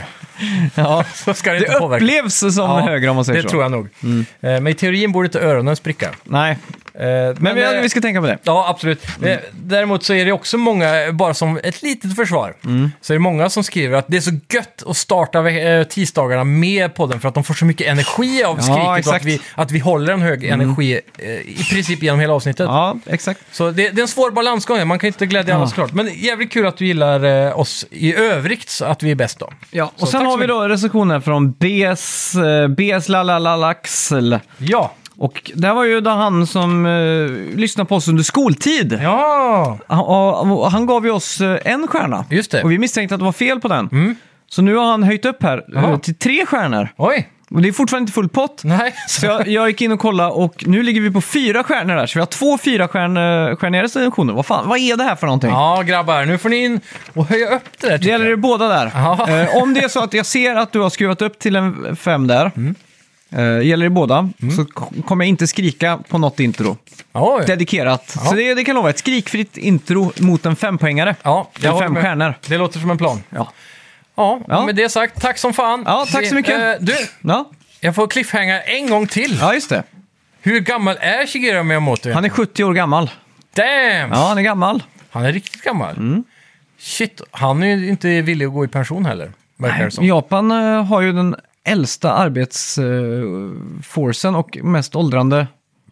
Ja, så ska det, det inte påverka. upplevs som Ja, högre om man säger det så. tror jag nog. Eh, Men i teorin borde inte öronen spricka. Nej, Eh, men vi, eh, vi ska tänka på det. Ja, absolut. Mm. Eh, Däremot så är det också många, bara som ett litet försvar, Mm. så är det många som skriver att det är så gött att starta eh, tisdagarna med podden för att de får så mycket energi av Ja, skriket och att exakt. vi, att vi håller en hög energi eh, i princip genom hela avsnittet. Ja, exakt. Så det, det är en svår balansgång, man kan inte glädja alla Ja. såklart. Men jävligt kul att du gillar eh, oss i övrigt, så att vi är bäst då. Ja, Så och sen tack har så vi då recensioner från B S, eh, B S Lalalalaxel. Ja, Och det här var ju då han som eh, lyssnade på oss under skoltid. ja, Han, och, och han gav ju oss eh, en stjärna. just det. Och vi misstänkte att det var fel på den. Mm. Så nu har han höjt upp här eh, Jaha. till tre stjärnor. Oj, Och det är fortfarande inte full pott. nej. Så jag, jag gick in och kollade och nu ligger vi på fyra stjärnor där. Så vi har två fyra stjärnor, stjärniga recensioner. Vad fan, vad är det här för någonting? Ja, grabbar, nu får ni in och höja upp det där. Det tycker gäller jag. det båda där. Ja. Eh, om det är så att jag ser att du har skruvat upp till en fem där, Mm. eh, gäller det båda, så k- kommer jag inte skrika på något intro. Oj. Dedikerat. Så det, det kan lova ett skrikfritt intro mot en fempoängare. Ja, jag Eller håller fem med. stjärnor. Det låter som en plan. Ja. Ja, Ja. med det sagt, tack som fan. Ja, tack så mycket. Eh, du, Ja. jag får cliffhanger en gång till. ja, just det. Hur gammal är Shigeru Miyamoto? Han är sjuttio år gammal. Damn! Ja, han är gammal. Han är riktigt gammal. Mm. Shit, han är ju inte villig att gå i pension heller, verkar det som. Japan eh, har ju den äldsta arbetsforcen och mest åldrande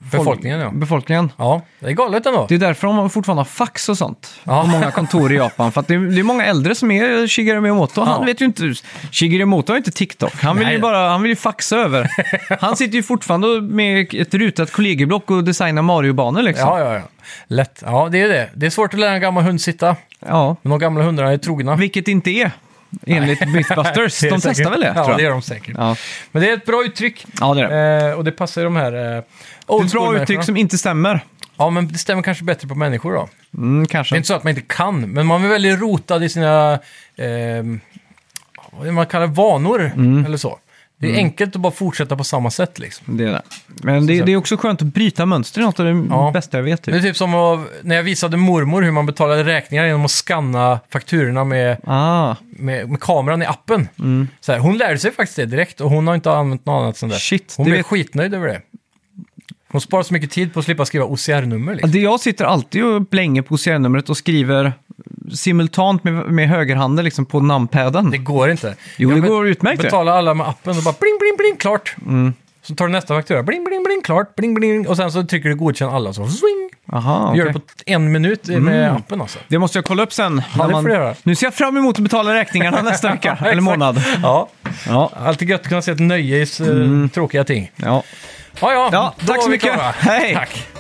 Befolkningen, ja. befolkningen. Ja, det är galet ändå. Det är därför de fortfarande har fax och sånt Ja. på många kontor i Japan. För att det är, det är många äldre som är Shigeru Miyamoto. Han Ja. vet ju inte... Shigeru Miyamoto har ju inte TikTok. Han vill Nej. ju bara han vill ju faxa över. Han sitter ju fortfarande med ett rutat kollegieblock och designar Mario-banor liksom. Ja, ja, ja. Lätt. Ja, det är det. Det är svårt att lära en gammal hund sitta. Ja. Men de gamla hundarna är trogna. Vilket inte är, enligt Mythbusters. Det är De säkert. testar väl det, Ja, tror jag. det gör de säkert. Ja. Men det är ett bra uttryck. Ja, det är det. Eh, och det passar ju de här eh, Det är old ett bra school-människorna. uttryck som inte stämmer. Ja, men det stämmer kanske bättre på människor då. Mm, Det kanske. är inte så att man inte kan, men man är väldigt rotad i sina, eh, vad man kallar vanor Mm. eller så. Det är enkelt att bara fortsätta på samma sätt liksom. Det är det. Men det, det är också skönt att bryta mönster. Det är något av det Ja. bästa jag vet. Det är Typ. typ som att, när jag visade mormor hur man betalade räkningar genom att scanna fakturorna med, Ah, med, med kameran i appen. Så här, hon lärde sig faktiskt det direkt och hon har inte använt något annat sen dess. Shit, Hon det blev vet- skitnöjd över det. Hon sparar så mycket tid på att slippa skriva O C R-nummer. Liksom. det jag sitter alltid och blänger på O C R-numret och skriver simultant med, med högerhanden liksom på numpaden. Det går inte. Jo, Jag det bet- går utmärkt, det. Betalar alla med appen och bara bling, bling, bling, klart. Så tar du nästa faktura, bling, bling, bling, klart, bling, bling. Och sen så trycker du godkänn alla så swing. Aha, Du gör okej. det på en minut med appen alltså. Det måste jag kolla upp sen. Ja, när det får du göra. Nu ser jag fram emot att betala räkningarna nästa vecka, eller Exakt. månad. Ja, Ja, alltid gött att kunna se ett nöje i uh, tråkiga ting. ja. Ja, ja, Ja, då tack var så vi mycket. klara. Hej. Tack.